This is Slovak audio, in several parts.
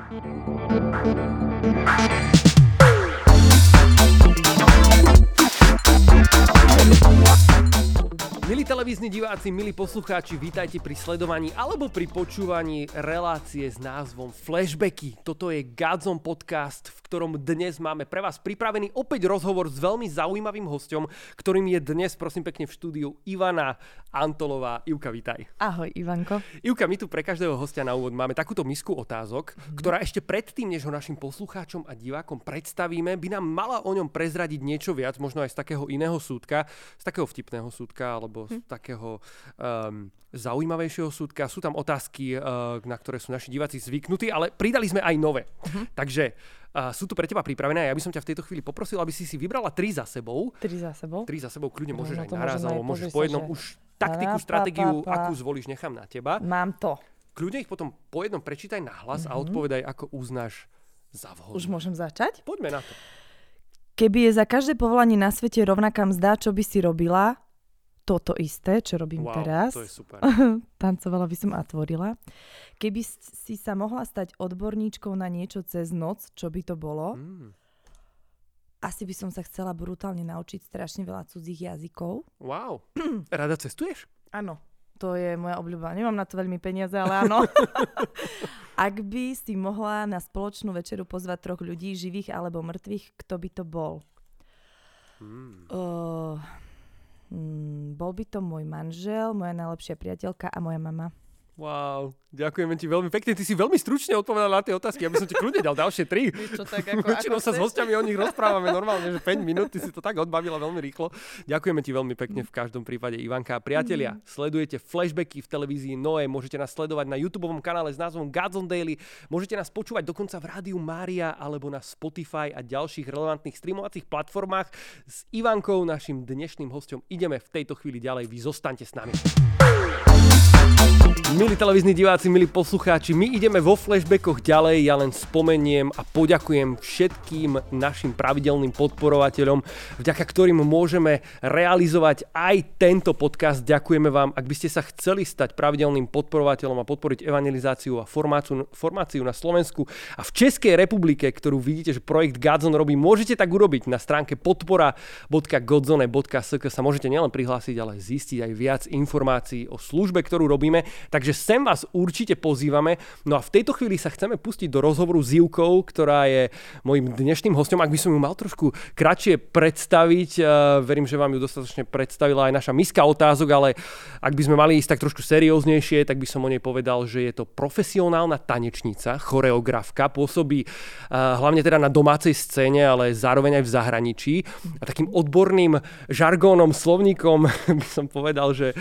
Milí televízni diváci, milí poslucháči, vítajte pri sledovaní alebo pri počúvaní relácie s názvom Flashbacky. Toto je Godzone podcast, v ktorom dnes máme pre vás pripravený opäť rozhovor s veľmi zaujímavým hosťom, ktorým je dnes, prosím pekne, v štúdiu Ivana Antolová. Ivka, vítaj. Ahoj, Ivanko. Ivka, my tu pre každého hostia na úvod máme takúto misku otázok, ktorá ešte predtým, než ho našim poslucháčom a divákom predstavíme, by nám mala o ňom prezradiť niečo viac, možno aj z takého iného súdka, z takého vtipného súdka, alebo z takého zaujímavejšieho súdka. Sú tam otázky, na ktoré sú naši diváci zvyknutí, ale pridali sme aj nové. Takže sú tu pre teba pripravené a ja by som ťa v tejto chvíli poprosil, aby si vybrala 3 za sebou. 3 za sebou? 3 za sebou, kľudne môžeš aj to naraz, alebo môžeš po jednom už taktiku, stratégiu, akú zvolíš, nechám na teba. Mám to. Kľudne ich potom po jednom prečítaj nahlas a odpovedaj, ako uznáš za vhodné. Už môžem začať? Poďme na to. Keby je za každé povolanie na svete rovnaká mzda, čo by si robila? Toto isté, čo robím teraz. To je super. Tancovala by som a tvorila. Keby si sa mohla stať odborníčkou na niečo cez noc, čo by to bolo? Asi by som sa chcela brutálne naučiť strašne veľa cudzích jazykov. Wow. Rada cestuješ? Áno, to je moja obľúba. Nemám na to veľmi peniaze, ale áno. Ak by si mohla na spoločnú večeru pozvať 3 ľudí, živých alebo mŕtvych, kto by to bol? Bol by to môj manžel, moja najlepšia priateľka a moja mama. Wow, ďakujeme ti veľmi pekne. Ty si veľmi stručne odpovedal na tie otázky. Ja by som ti kľudne dal ďalšie 3. Čo, tak ako sa s hostiami o nich rozprávame normálne, že 5 minút. Ty si to tak odbavila veľmi rýchlo. Ďakujeme ti veľmi pekne v každom prípade, Ivanka. Priatelia, sledujete Flashbacky v televízii Noe. Môžete nás sledovať na YouTubeovom kanále s názvom Godzone Daily. Môžete nás počúvať dokonca v rádiu Mária alebo na Spotify a ďalších relevantných streamovacích platformách. S Ivankou, našim dnešným hosťom, ideme v tejto chvíli ďalej. Vy zostaňte s nami. Milí televízni diváci, milí poslucháči, my ideme vo flashbackoch ďalej, ja len spomeniem a poďakujem všetkým našim pravidelným podporovateľom, vďaka ktorým môžeme realizovať aj tento podcast. Ďakujeme vám, ak by ste sa chceli stať pravidelným podporovateľom a podporiť evangelizáciu a formáciu na Slovensku a v Českej republike, ktorú vidíte, že projekt Godzone robí, môžete tak urobiť na stránke podpora.godzone.sk sa môžete nielen prihlásiť, ale zistiť aj viac informácií o službe, ktorú robíme. Takže sem vás určite pozývame. No a v tejto chvíli sa chceme pustiť do rozhovoru s Ivkou, ktorá je mojím dnešným hosťom. Ak by som ju mal trošku kratšie predstaviť, verím, že vám ju dostatočne predstavila aj naša miska otázok, ale ak by sme mali ísť tak trošku serióznejšie, tak by som o nej povedal, že je to profesionálna tanečnica, choreografka, pôsobí hlavne teda na domácej scéne, ale zároveň aj v zahraničí. A takým odborným žargónom, slovníkom by som povedal, že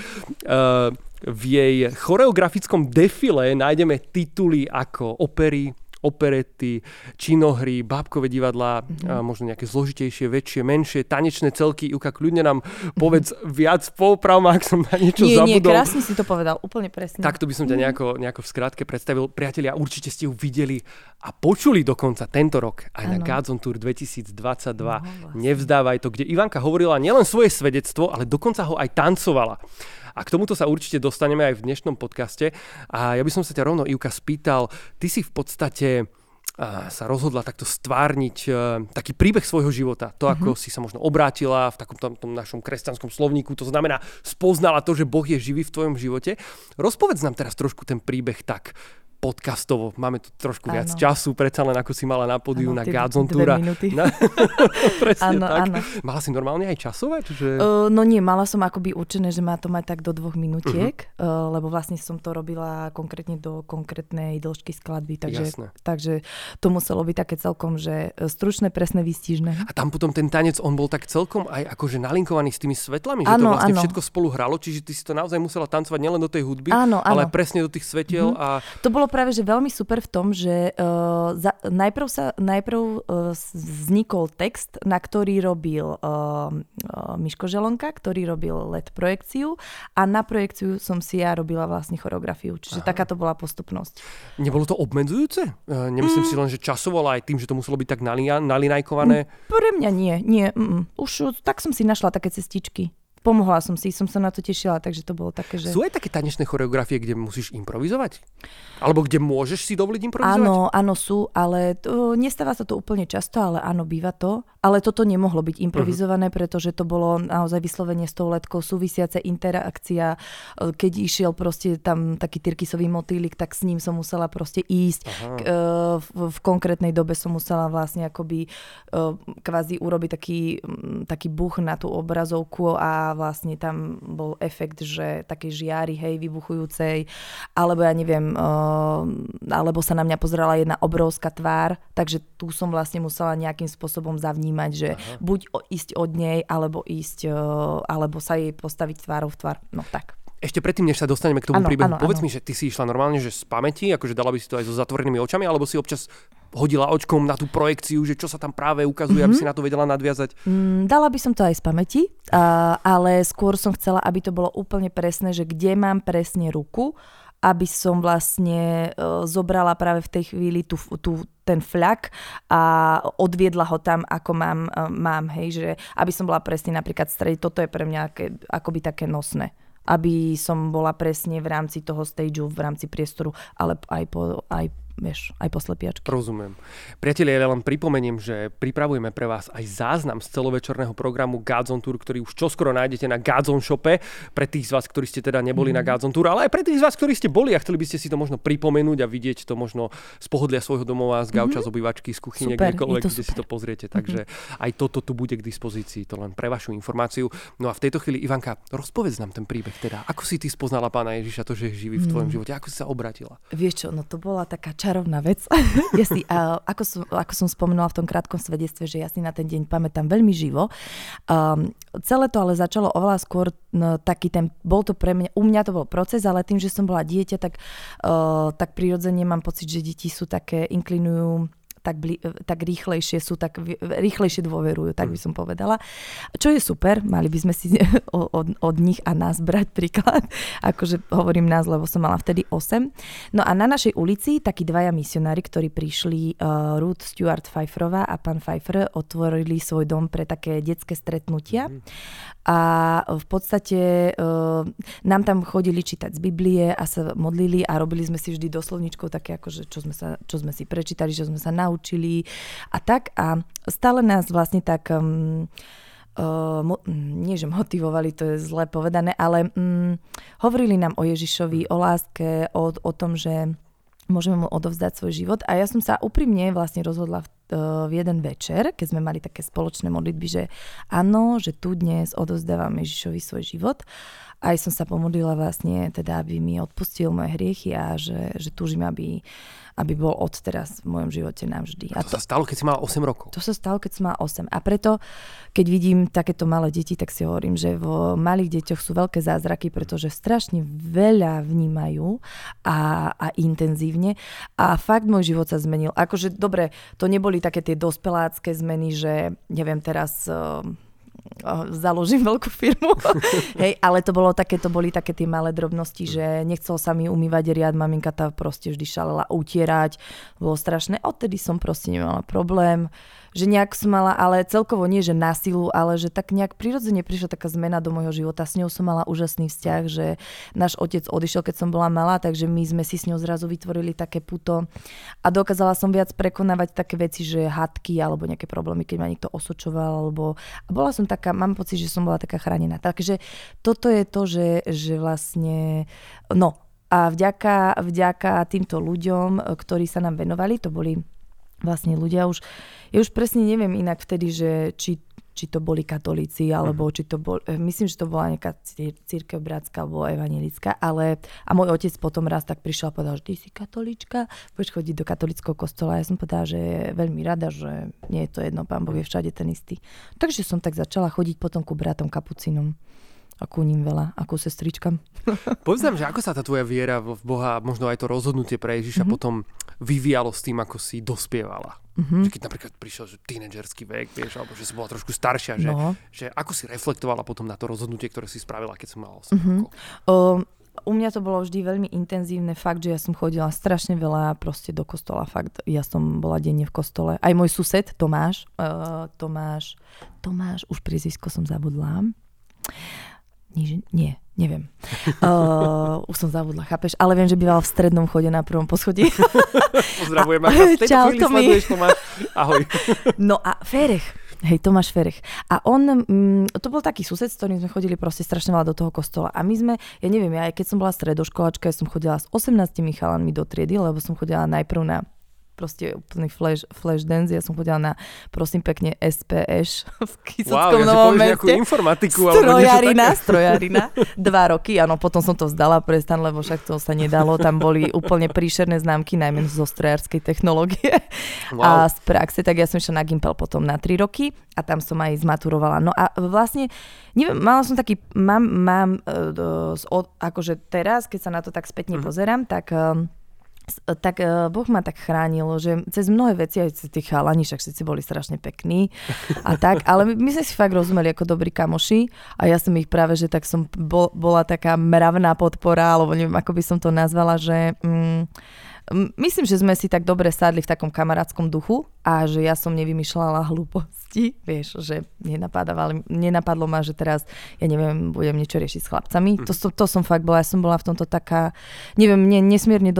v jej choreografickom defile nájdeme tituly ako opery, operety, činohry, bábkové divadlá, možno nejaké zložitejšie, väčšie, menšie, tanečné celky. Ivka, kľudne nám povedz viac, poprav ma, ak som na niečo zabudol. Nie, krásne si to povedal, úplne presne. Takto by som ťa nejako v skratke predstavil. Priatelia, určite ste ju videli a počuli dokonca tento rok aj na Godzone Tour 2022. Nevzdávaj to, kde Ivanka hovorila nielen svoje svedectvo, ale dokonca ho aj tancovala. A k tomuto sa určite dostaneme aj v dnešnom podcaste. A ja by som sa ťa rovno, Ivka, spýtal, ty si v podstate sa rozhodla takto stvárniť taký príbeh svojho života. To, ako si sa možno obrátila v takom tom našom kresťanskom slovníku, to znamená, spoznala to, že Boh je živý v tvojom živote. Rozpovedz nám teraz trošku ten príbeh tak podcastovo. Máme tu trošku viac času, predsa len ako si mala na pódiu na Godzone Tour. 2 minúty. Presne tak. Áno. Mala si normálne aj časové? Čiže... No nie, mala som akoby určené, že má to mať tak do 2 minútiek, lebo vlastne som to robila konkrétne do konkrétnej dĺžky skladby, takže to muselo byť také celkom, že stručné, presné, výstižné. A tam potom ten tanec, on bol tak celkom aj akože nalinkovaný s tými svetlami, že to vlastne všetko spolu hralo, čiže ty si to naozaj musela tancovať nielen do tej hudby, ale presne do tých svetiel. A... To bolo práve, že veľmi super v tom, že najprv vznikol text, na ktorý robil Miško Želonka, ktorý robil LED projekciu a na projekciu som si ja robila vlastne choreografiu. Čiže taká to bola postupnosť. Nebolo to obmedzujúce? Nemyslím si len, že časovo, ale aj tým, že to muselo byť tak nalinajkované? Pre mňa nie. Už tak som si našla také cestičky. pomohla som sa na to tešila, takže to bolo také, že... Sú aj také tanečné choreografie, kde musíš improvizovať? Alebo kde môžeš si dovoliť improvizovať? Áno, sú, ale nestáva sa to úplne často, ale áno, býva to. Ale toto nemohlo byť improvizované, pretože to bolo naozaj vyslovene s tou letkou súvisiace interakcia. Keď išiel proste tam taký tyrkysový motýlik, tak s ním som musela proste ísť. V konkrétnej dobe som musela vlastne akoby kvázi urobiť taký buch na tú obrazovku a vlastne tam bol efekt, že také žiary, hej, vybuchujúcej, alebo ja neviem, alebo sa na mňa pozerala jedna obrovská tvár, takže tu som vlastne musela nejakým spôsobom zavnímať, že buď ísť od nej, alebo sa jej postaviť tvárou v tvár. No tak. Ešte predtým, než sa dostaneme k tomu príbehu, povedz mi, že ty si išla normálne, že z pamäti, akože dala by si to aj so zatvorenými očami, alebo si občas hodila očkom na tú projekciu, že čo sa tam práve ukazuje, aby si na to vedela nadviazať? Dala by som to aj z pamäti, ale skôr som chcela, aby to bolo úplne presné, že kde mám presne ruku, aby som vlastne zobrala práve v tej chvíli ten fľak a odviedla ho tam, ako mám, hej, že aby som bola presne napríklad v strede, toto je pre mňa akoby také nosné. Aby som bola presne v rámci toho stageu, v rámci priestoru, ale aj po slepiačke. Rozumiem. Priatelia, ja len pripomeniem, že pripravujeme pre vás aj záznam z celovečerného programu Godzone Tour, ktorý už čoskoro nájdete na Godzone shope. Pre tých z vás, ktorí ste teda neboli na Godzone Tour, ale aj pre tých z vás, ktorí ste boli a chceli by ste si to možno pripomenúť a vidieť to možno z pohodlia svojho domova, z gauča, z obývačky, z kuchyne, kdekoľvek, kde si to pozriete. Takže aj toto tu bude k dispozícii, to len pre vašu informáciu. No a v tejto chvíli, Ivanka, rozpovedz nám ten príbeh teda. Ako si ty spoznala Pána Ježiša, to, že je živý v tvojom živote? Ako si sa obratila? Vieš čo, no to bola taká čarovná vec. Ako som spomenula v tom krátkom svedectve, že ja si na ten deň pamätám veľmi živo. Celé to ale začalo oveľa skôr bol to pre mňa, u mňa to bol proces, ale tým, že som bola dieťa, tak prirodzene mám pocit, že deti sú také, inklinujú tak rýchlejšie rýchlejšie dôverujú, tak by som povedala. Čo je super, mali by sme si od nich a nás brať príklad. Akože hovorím nás, lebo som mala vtedy 8. No a na našej ulici takí dvaja misionári, ktorí prišli, Ruth Stewart Pfeifferová a pán Pfeiffer, otvorili svoj dom pre také detské stretnutia. A v podstate nám tam chodili čítať z Biblie a sa modlili a robili sme si vždy doslovničkou také akože, čo sme si prečítali, čo sme sa naučili a tak. A stále nás vlastne tak nie že motivovali, to je zle povedané, ale hovorili nám o Ježišovi, o láske, o tom, že môžeme mu odovzdať svoj život. A ja som sa úprimne vlastne rozhodla v jeden večer, keď sme mali také spoločné modlitby, že áno, že tu dnes odovzdávam Ježišovi svoj život. Aj som sa pomodlila vlastne, teda, aby mi odpustil moje hriechy a že túžim, aby bol odteraz v mojom živote navždy. A to sa stalo, keď si mala 8 rokov? To sa stalo, keď som mala 8. A preto, keď vidím takéto malé deti, tak si hovorím, že vo malých deťoch sú veľké zázraky, pretože strašne veľa vnímajú a intenzívne. A fakt môj život sa zmenil. Akože, dobre, to neboli také tie dospelácké zmeny, že neviem, teraz založím veľkú firmu. Hej, ale to boli také tie malé drobnosti, že nechcel sa mi umývať riad, maminka tá proste vždy šalela utierať. Bolo strašné. Odtedy som proste nemala problém. Že nejak som mala, ale celkovo nie, že na silu, ale že tak nejak prirodzene prišla taká zmena do môjho života. S ňou som mala úžasný vzťah, že náš otec odišiel, keď som bola malá, takže my sme si s ňou zrazu vytvorili také puto a dokázala som viac prekonávať také veci, že hádky alebo nejaké problémy, keď ma niekto osočoval, alebo a bola som taká, mám pocit, že som bola taká chránená. Takže toto je to, že vlastne, no a vďaka týmto ľuďom, ktorí sa nám venovali, to boli vlastne ľudia ja už presne neviem inak vtedy, že či to boli katolíci, alebo či to bol, myslím, že to bola nejaká cirkev bratská alebo evanjelická, a môj otec potom raz tak prišiel a povedal, že ty si katolíčka, budeš chodiť do katolického kostola. Ja som povedala, že je veľmi rada, že nie je to jedno, Pán Boh je všade ten istý. Takže som tak začala chodiť potom ku bratom kapucínom. A ku ním veľa, ako sestričkam. Povedz nám, že ako sa tá tvoja viera v Boha, možno aj to rozhodnutie pre Ježiša potom vyvíjalo s tým, ako si dospievala. Že keď napríklad prišiel že tínedžerský vek, vieš, alebo že si bola trošku staršia, že ako si reflektovala potom na to rozhodnutie, ktoré si spravila, keď som mala 8 rokov? U mňa to bolo vždy veľmi intenzívne, fakt, že ja som chodila strašne veľa proste do kostola, fakt. Ja som bola denne v kostole. Aj môj sused, Tomáš, už priezvisko som zabudla. Nie, neviem. Už som zabudla, chápeš? Ale viem, že býval v strednom chode na prvom poschodí. Pozdravujem, ak v tejto chvíli sleduješ, Tomáš. Ahoj. No a Ferech. Hej, Tomáš Ferech. A on, to bol taký sused, s ktorým sme chodili proste strašne veľa do toho kostola. A my sme, ja neviem, ja aj keď som bola stredoškoláčka, ja som chodila s 18 chalanmi do triedy, lebo som chodila najprv na proste úplný flash dance. Ja som chodila na, prosím pekne, SPS v Kysuckom Novom Meste. Nejakú informatiku. Strojarina. 2 roky, áno, potom som to vzdala prestan, lebo však to sa nedalo. Tam boli úplne príšerné známky, najmä zo strojárskej technológie. A z praxe, tak ja som išla na Gimpel potom na 3 roky a tam som aj zmaturovala. No a vlastne, neviem, mala som taký, akože teraz, keď sa na to tak spätne pozerám, tak Boh ma tak chránil, že cez mnohé veci, aj cez tých chalani, však všetci boli strašne pekní a tak, ale my sme si fakt rozumeli ako dobrí kamoši a ja som ich práve, že tak som bola taká mravná podpora, alebo neviem, ako by som to nazvala, že myslím, že sme si tak dobre sadli v takom kamarátskom duchu a že ja som nevymýšľala hlúposti, vieš, že nenapadlo ma, že teraz, ja neviem, budem niečo riešiť s chlapcami. To som fakt bola, ja som bola v tomto taká, neviem, mne nesmierne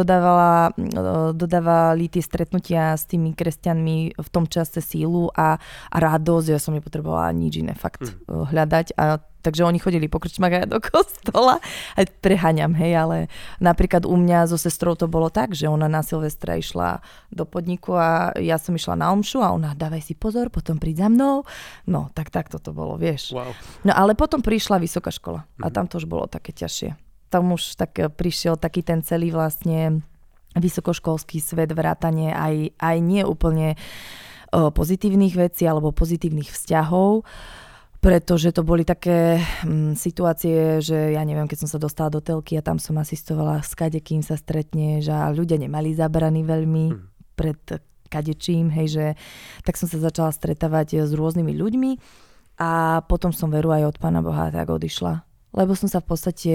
dodávali tie stretnutia s tými kresťanmi v tom čase sílu a radosť, ja som nepotrebovala nič iné fakt hľadať a takže oni chodili po krčmách aj do kostola. Aj preháňam, hej, ale napríklad u mňa so sestrou to bolo tak, že ona na Silvestra išla do podniku a ja som išla na omšu a ona, dávaj si pozor, potom príď za mnou. No, tak to bolo, vieš. Wow. No, ale potom prišla vysoká škola a tam to už bolo také ťažšie. Tam už tak prišiel taký ten celý vlastne vysokoškolský svet, vrátanie aj nie úplne pozitívnych vecí alebo pozitívnych vzťahov, pretože to boli také situácie, že ja neviem, keď som sa dostala do telky a tam som asistovala s kadekým sa stretne, že ľudia nemali zabraný veľmi pred kadečím, hej, že tak som sa začala stretávať s rôznymi ľuďmi a potom som veru aj od Pána Boha tak odišla. Lebo som sa v podstate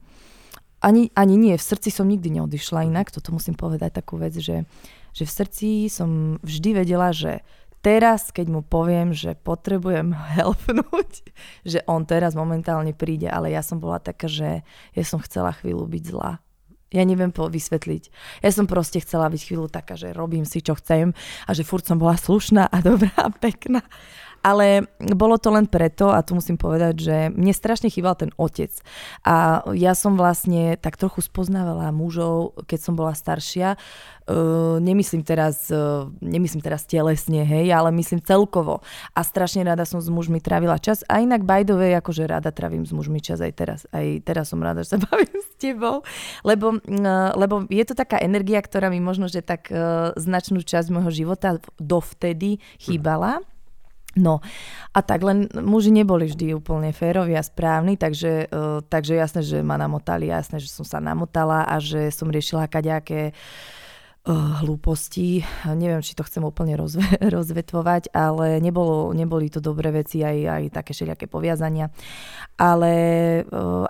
ani nie, v srdci som nikdy neodišla inak, toto musím povedať takú vec, že v srdci som vždy vedela, že teraz, keď mu poviem, že potrebujem helpnúť, že on teraz momentálne príde, ale ja som bola taká, že ja som chcela chvíľu byť zlá. Ja neviem vysvetliť. Ja som proste chcela byť chvíľu taká, že robím si, čo chcem a že furt som bola slušná a dobrá a pekná. Ale bolo to len preto, a tu musím povedať, že mne strašne chýbal ten otec. A ja som vlastne tak trochu spoznávala mužov, keď som bola staršia. Nemyslím teraz telesne, hej, ale myslím celkovo. A strašne rada som s mužmi trávila čas. A inak by the way, akože rada trávim s mužmi čas aj teraz. Aj teraz som rada, že sa bavím s tebou. Lebo je to taká energia, ktorá mi možno, že tak značnú časť môjho života dovtedy chýbala. No a tak len muži neboli vždy úplne férovi a správni, takže jasné, že ma namotali, jasné, že som sa namotala a že som riešila kadejaké hlúposti. Neviem, či to chcem úplne rozvetvovať, ale neboli to dobré veci, aj také všelijaké poviazania. Ale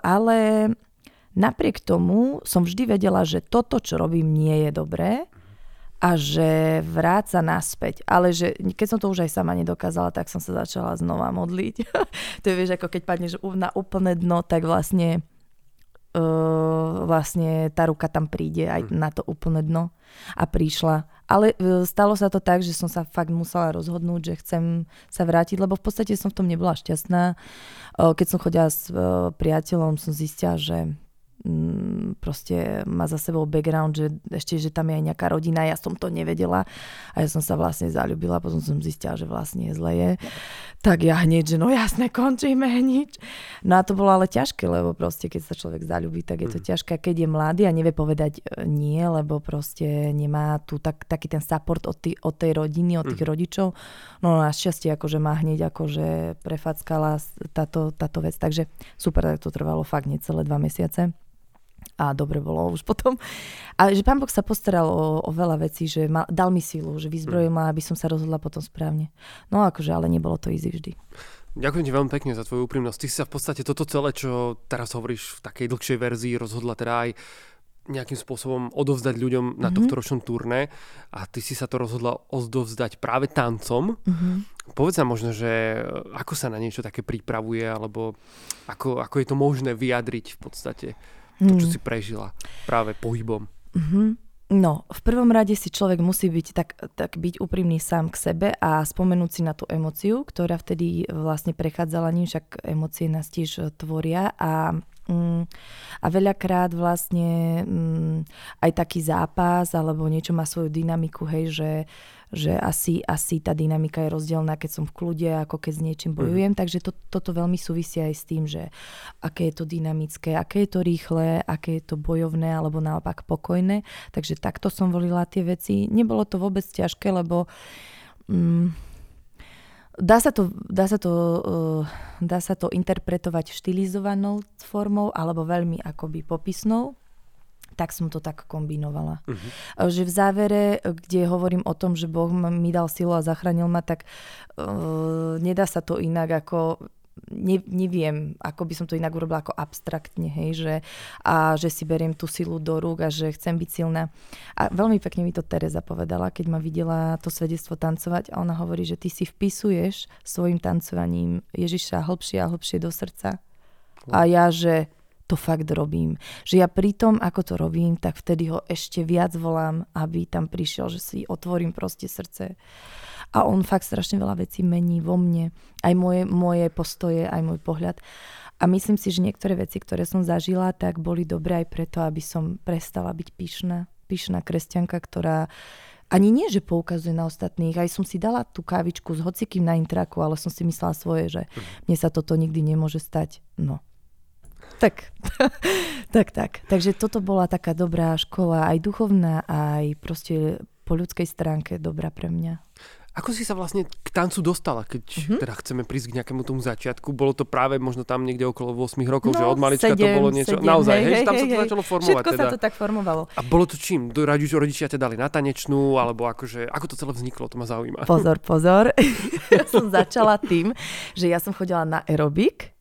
napriek tomu som vždy vedela, že toto, čo robím, nie je dobré a že vráca naspäť. Ale že keď som to už aj sama nedokázala, tak som sa začala znova modliť. To je, vieš, ako keď padneš na úplné dno, tak vlastne tá ruka tam príde aj na to úplné dno a prišla. Ale stalo sa to tak, že som sa fakt musela rozhodnúť, že chcem sa vrátiť, lebo v podstate som v tom nebola šťastná. Keď som chodila s priateľom, som zistila, že proste má za sebou background, že ešte, že tam je aj nejaká rodina, ja som to nevedela a ja som sa vlastne zaľúbila, potom som zistila, že vlastne zle je. Tak ja hneď, že no jasné, končíme hneď. No a to bolo ale ťažké, lebo proste keď sa človek zaľúbi, tak je to ťažké, keď je mladý a nevie povedať nie, lebo proste nemá tu taký ten support od tej rodiny, od tých rodičov. No našťastie akože ma hneď akože prefackala táto vec, takže super, tak to trvalo fakt necelé 2 mesiace. A dobre bolo už potom. A že Pán Boh sa postaral o veľa vecí, že dal mi silu, že vyzbrojil ma, aby som sa rozhodla potom správne. No akože, ale nebolo to easy vždy. Ďakujem ti veľmi pekne za tvoju úprimnosť. Ty si sa v podstate toto celé, čo teraz hovoríš v takej dlhšej verzii, rozhodla teda aj nejakým spôsobom odovzdať ľuďom na tohto ročnom turné a ty si sa to rozhodla odovzdať práve tancom. Povedz nám možno, že ako sa na niečo také pripravuje, alebo ako je to možné vyjadriť v podstate to, čo si prežila práve pohybom. No, v prvom rade si človek musí byť tak byť úprimný sám k sebe a spomenúť si na tú emóciu, ktorá vtedy vlastne prechádzala ním, však emócie nás tiež tvoria a veľakrát vlastne aj taký zápas alebo niečo má svoju dynamiku, hej, že asi tá dynamika je rozdielna, keď som v kľude, ako keď s niečím bojujem, takže toto veľmi súvisí aj s tým, že aké je to dynamické, aké je to rýchle, aké je to bojovné alebo naopak pokojné, takže takto som volila tie veci. Nebolo to vôbec ťažké, lebo dá sa to interpretovať štilizovanou formou alebo veľmi akoby popisnou. Tak som to tak kombinovala. Že v závere, kde hovorím o tom, že Boh mi dal silu a zachránil ma, tak nedá sa to inak ako... Neviem, ako by som to inak urobila ako abstraktne, hej, že si beriem tú silu do rúk a že chcem byť silná. A veľmi pekne mi to Tereza povedala, keď ma videla to svedectvo tancovať a ona hovorí, že ty si vpisuješ svojim tancovaním Ježiša hlbšie a hlbšie do srdca. A ja, že to fakt robím. Že ja pri tom, ako to robím, tak vtedy ho ešte viac volám, aby tam prišiel, že si otvorím proste srdce. A on fakt strašne veľa vecí mení vo mne. Aj moje postoje, aj môj pohľad. A myslím si, že niektoré veci, ktoré som zažila, tak boli dobré aj preto, aby som prestala byť pyšná. Pyšná kresťanka, ktorá ani nie, že poukazuje na ostatných. Aj som si dala tú kávičku s hocikým na intraku, ale som si myslela svoje, že mne sa toto nikdy nemôže stať. No. Tak. Takže toto bola taká dobrá škola, aj duchovná, aj proste po ľudskej stránke dobrá pre mňa. Ako si sa vlastne k tancu dostala, keď teda chceme prísť k nejakému tomu začiatku? Bolo to práve možno tam niekde okolo 8 rokov, že od malička to bolo niečo... Naozaj, hej, tam sa to začalo formovať. Všetko sa to tak formovalo. A bolo to čím? Rodičia te dali na tanečnú, alebo akože, ako to celé vzniklo? To ma zaujíma. Pozor. Ja som začala tým, že ja som chodila na aerobik,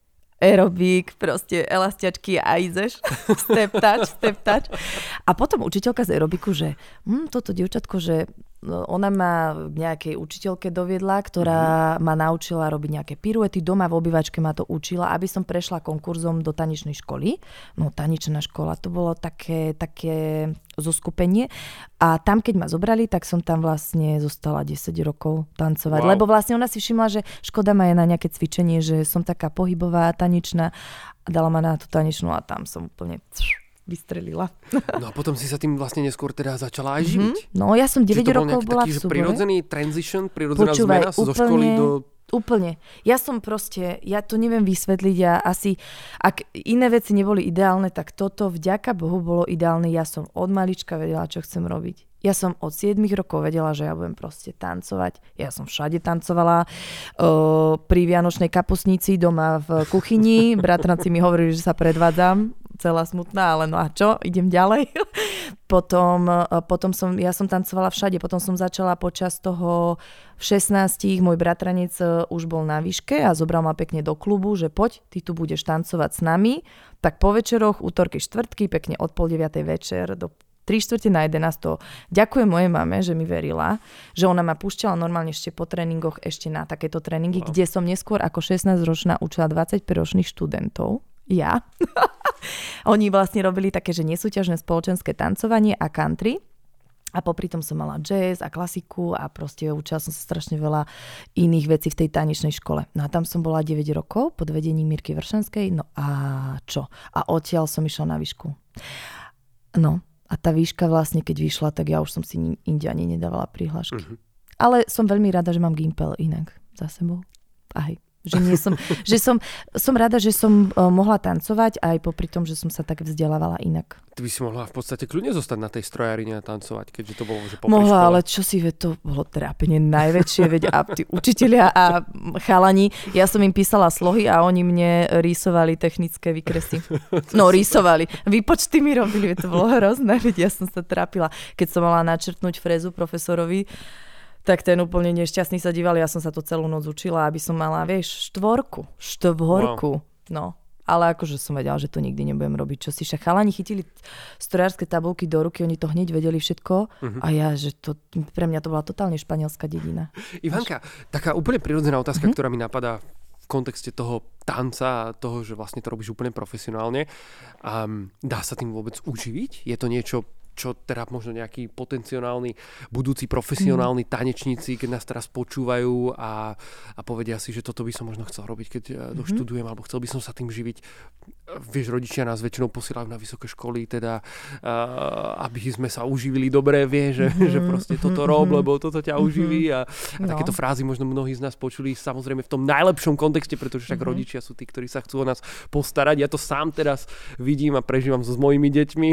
proste elastiačky a ideš, step touch. A potom učiteľka z aerobiku, že toto dievčatko, že ona ma nejakej učiteľke doviedla, ktorá ma naučila robiť nejaké piruety. Doma v obývačke ma to učila, aby som prešla konkurzom do tanečnej školy. No, tanečná škola, to bolo také zoskupenie. A tam, keď ma zobrali, tak som tam vlastne zostala 10 rokov tancovať. Wow. Lebo vlastne ona si všimla, že škoda ma je na nejaké cvičenie, že som taká pohybová, tanečná. A dala ma na tú tanečnú a tam som úplne... vystrelila. No a potom si sa tým vlastne neskôr teda začala aj živiť. No ja som 9 rokov bola v súbore. Prirodzený transition, prirodzená zmena zo školy do... Úplne. Ja som proste, ja to neviem vysvetliť a asi, ak iné veci neboli ideálne, tak toto vďaka Bohu bolo ideálne. Ja som od malička vedela, čo chcem robiť. Ja som od 7 rokov vedela, že ja budem proste tancovať. Ja som všade tancovala. Pri Vianočnej kapustnici doma v kuchyni. Bratranci mi hovorili, že sa predvádzam. Celá smutná, ale no a čo? Idem ďalej. Potom ja som tancovala všade. Potom som začala počas toho v 16. Môj bratranec už bol na výške a zobral ma pekne do klubu, že poď, ty tu budeš tancovať s nami. Tak po večeroch, útorky, štvrtky, pekne od 8:30 večer do 3:45 ďakujem mojej mame, že mi verila, že ona ma púšťala normálne ešte po tréningoch ešte na takéto tréningy, kde som neskôr ako 16-ročná učila 25-ročných študentov. Ja. Oni vlastne robili také, že nesúťažné spoločenské tancovanie a country. A popri tom som mala jazz a klasiku a proste učila som sa strašne veľa iných vecí v tej tanečnej škole. No a tam som bola 9 rokov pod vedením Mirky Vršanskej. No a čo? A odtiaľ som išla na výšku. No. A tá výška vlastne, keď vyšla, tak ja už som si inde ani nedávala prihlášky. Ale som veľmi rada, že mám Gimpel inak za sebou. Aj. Že nie som, som rada, že som mohla tancovať aj popri tom, že som sa tak vzdelávala inak. Ty by si mohla v podstate kľudne zostať na tej strojárine a tancovať, keďže to bolo že popri mohla, škole. Ale čo si vie, to bolo trápenie najväčšie, veď a tí učitelia a chalani, ja som im písala slohy a oni mne rýsovali technické výkresy. No, rýsovali. Výpočty mi robili, to bolo hrozné, veď ja som sa trápila. Keď som mala načrtnúť frézu profesorovi, tak ten úplne nešťastný sa díval. Ja som sa to celú noc učila, aby som mala, vieš, štvorku. Wow. No. ale akože som vedela, že to nikdy nebudem robiť. Čo si však chalani chytili strojárske tabulky do ruky, oni to hneď vedeli všetko a ja, že to, pre mňa to bola totálne španielská dedina. Ivanka, taká úplne prirodzená otázka, ktorá mi napadá v kontexte toho tanca a toho, že vlastne to robíš úplne profesionálne. Dá sa tým vôbec uživiť? Je to niečo, čo teda možno nejakí potenciálni budúci profesionálni tanečníci, keď nás teraz počúvajú a povedia si, že toto by som možno chcel robiť, keď doštudujem, alebo chcel by som sa tým živiť. Vieš, rodičia nás väčšinou posielajú na vysoké školy, teda aby sme sa uživili dobre, vieš, že proste toto rob, lebo toto ťa uživí a takéto frázy možno mnohí z nás počuli samozrejme v tom najlepšom kontexte, pretože však rodičia sú tí, ktorí sa chcú o nás postarať. Ja to sám teraz vidím a prežívam so s mojimi deťmi.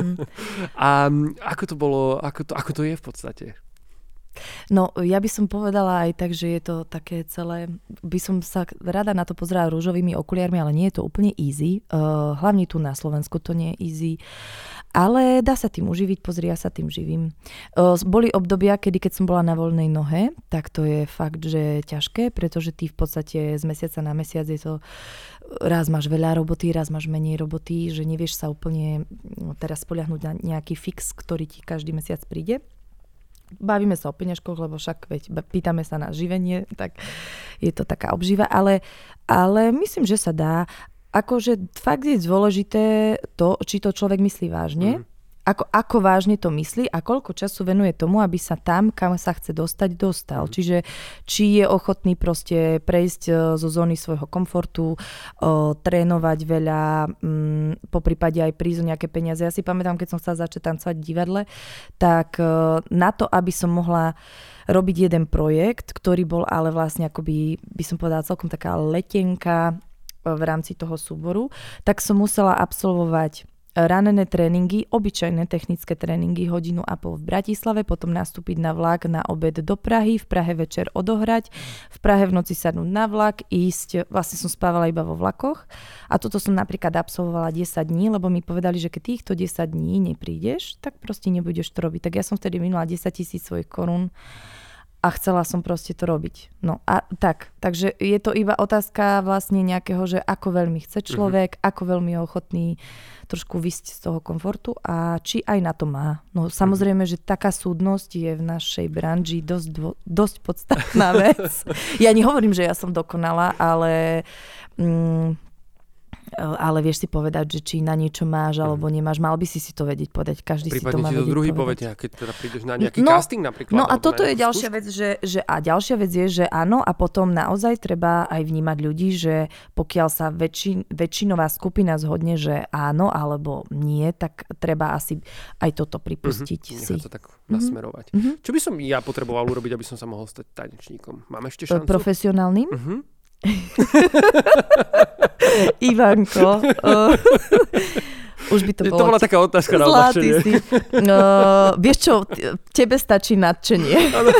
A ako to bolo, ako to je v podstate? No, ja by som povedala aj tak, že je to také celé, by som sa rada na to pozerala rúžovými okuliarmi, ale nie je to úplne easy. Hlavne tu na Slovensku to nie je easy. Ale dá sa tým uživiť, pozri, ja sa tým živím. Boli obdobia, keď som bola na voľnej nohe, tak to je fakt, že ťažké, pretože ty v podstate z mesiaca na mesiac je to, raz máš veľa roboty, raz máš menej roboty, že nevieš sa úplne teraz spoliahnuť na nejaký fix, ktorý ti každý mesiac príde. Bavíme sa o peňažkoch, lebo však pýtame sa na živenie, tak je to taká obživa, ale myslím, že sa dá. Akože fakt je dôležité to, či to človek myslí vážne, ako vážne to myslí a koľko času venuje tomu, aby sa tam, kam sa chce dostal. Čiže či je ochotný proste prejsť zo zóny svojho komfortu, trénovať veľa, poprípade aj prísť o nejaké peniaze. Ja si pamätám, keď som chcela začať tancovať v divadle, tak na to, aby som mohla robiť jeden projekt, ktorý bol ale vlastne akoby, by som povedala, celkom taká letenka v rámci toho súboru, tak som musela absolvovať ranené tréningy, obyčajné technické tréningy 1,5 hodiny v Bratislave, potom nastúpiť na vlak na obed do Prahy, v Prahe večer odohrať, v Prahe v noci sadnúť na vlak, ísť, vlastne som spávala iba vo vlakoch a toto som napríklad absolvovala 10 dní, lebo mi povedali, že keď týchto 10 dní neprídeš, tak proste nebudeš to robiť. Tak ja som vtedy minula 10 000 svojich korún a chcela som proste to robiť. No a takže je to iba otázka vlastne nejakého, že ako veľmi chce človek, ako veľmi je ochotný trošku vysť z toho komfortu a či aj na to má. No samozrejme, že taká súdnosť je v našej branži dosť podstatná vec. Ja nehovorím, že ja som dokonalá, ale vieš si povedať, že či na niečo máš alebo nemáš, mal by si to vedieť povedať. Každý prípadne si to má vedieť druhý povedať, keď teda prídeš na nejaký casting napríklad. No a toto je ďalšia vec, a ďalšia vec je, že áno a potom naozaj treba aj vnímať ľudí, že pokiaľ sa väčšinová skupina zhodne, že áno alebo nie, tak treba asi aj toto pripustiť si. Nechať to tak nasmerovať. Čo by som ja potreboval urobiť, aby som sa mohol stať tanečníkom? Mám ešte šancu? Profesionálnym? Ivanko, už by to bolo... To bola taká otázka na odľahčenie. Vieš čo, tebe stačí nadšenie.